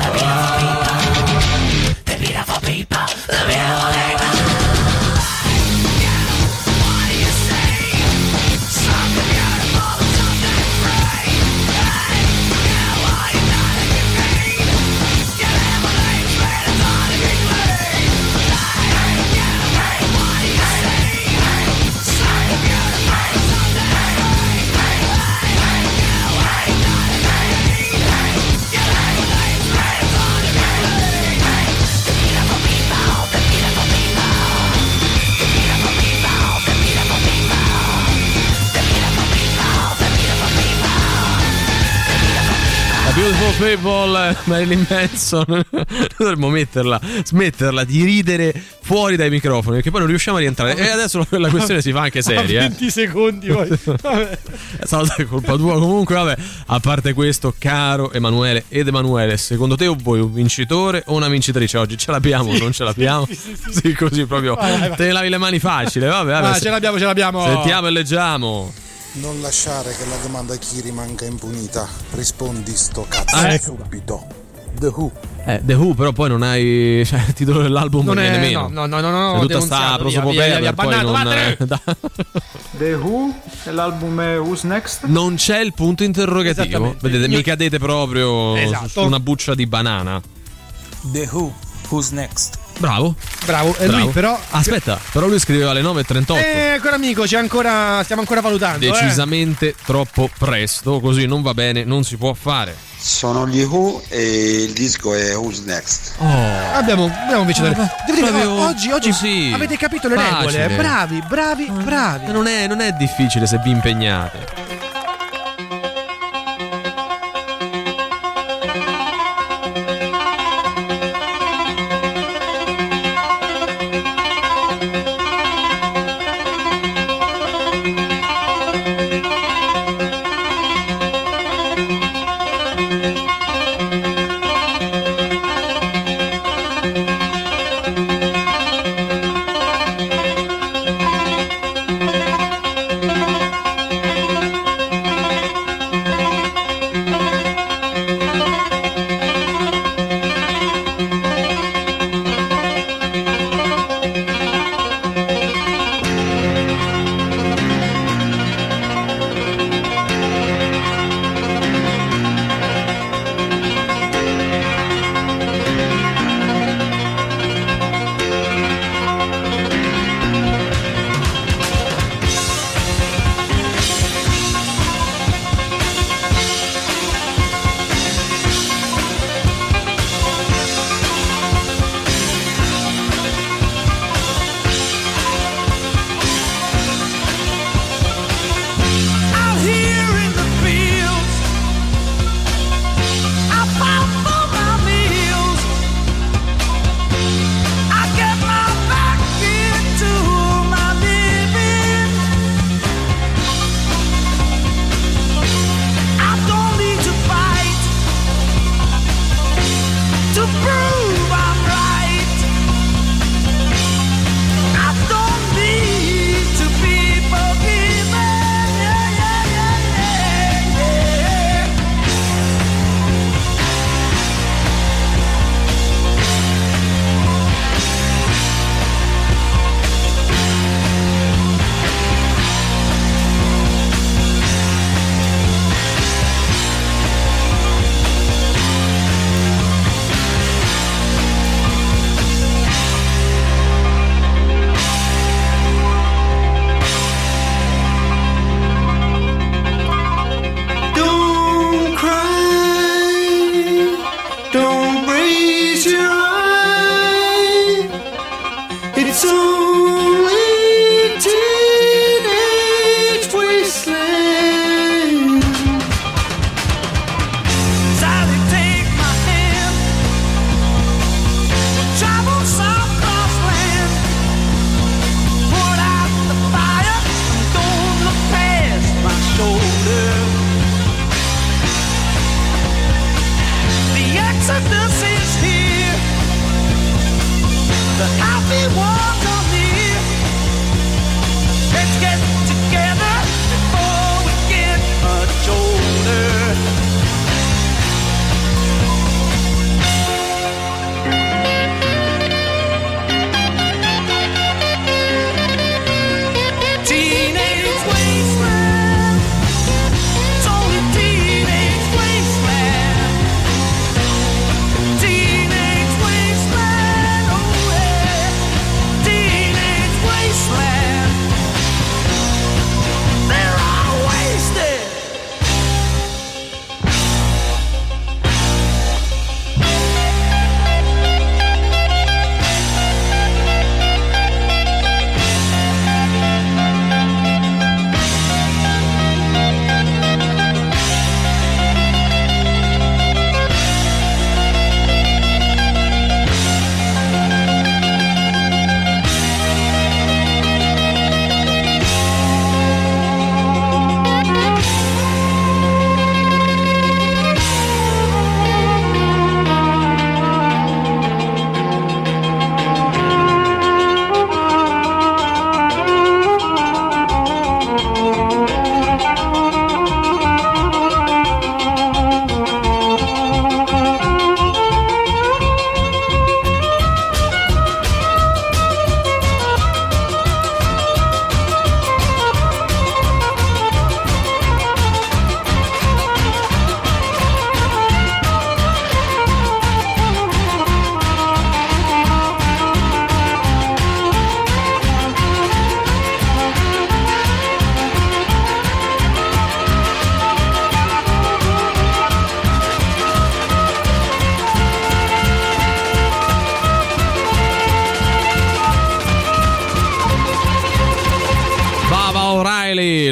Beautiful People, Marilyn Manson. Dovremmo smetterla di ridere fuori dai microfoni, perché poi non riusciamo a rientrare. E adesso la questione si fa anche seria. 20 secondi poi. Vabbè. È stata colpa tua. Comunque, vabbè, a parte questo, caro Emanuele ed Emanuele, secondo te o voi un vincitore o una vincitrice oggi? Ce l'abbiamo o non ce l'abbiamo? Sì, così proprio. Vai. Te ne lavi le mani facile, vabbè. Ce l'abbiamo. Sentiamo e leggiamo. Non lasciare che la domanda chi rimanga impunita. Rispondi sto cazzo subito. The Who. The Who, però poi non hai. Cioè, il titolo dell'album non viene meno. No. Tutta sta prosopopea per poi non. The Who e l'album è Who's Next? Non c'è il punto interrogativo. Vedete, mi cadete proprio su una buccia di banana. The Who, Who's Next? Bravo. Lui però. Aspetta, però lui scriveva alle 9:38. Ancora amico, stiamo ancora valutando. Decisamente troppo presto, così non va bene, non si può fare. Sono gli Who e il disco è Who's Next. Abbiamo un vincitore. Oggi sì, avete capito le regole. Bravi. Non è difficile se vi impegnate. Exodus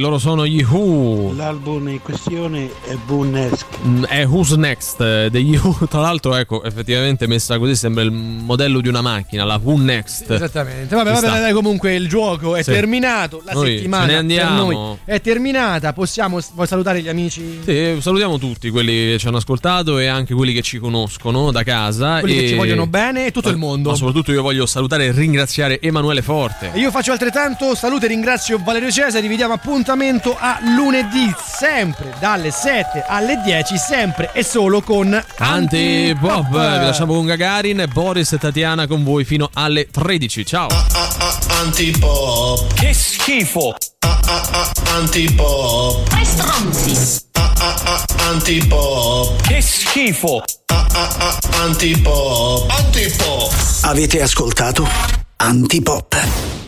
loro sono gli Who. L'album in questione è Bunnesk. È Who's Next degli Who. Tra l'altro, ecco, effettivamente messa così sembra il modello di una macchina, la Who Next. Esattamente. Vabbè, dai, comunque il gioco è terminato, la settimana per noi è terminata. Vuoi salutare gli amici? Sì, salutiamo tutti quelli che ci hanno ascoltato e anche quelli che ci conoscono da casa, quelli che ci vogliono bene e tutto il mondo. Ma soprattutto io voglio salutare e ringraziare Emanuele Forte. E io faccio altrettanto, saluto e ringrazio Valerio Cesari. Vi diamo appuntamento a lunedì, sempre dalle 7 alle 10, sempre e solo con Antipop. Vi lasciamo con Gagarin, Boris e Tatiana con voi fino alle 13. Ciao. Antipop. Che schifo. Antipop. Che stronzi. Antipop. Che schifo. Antipop. Antipop. Avete ascoltato Antipop.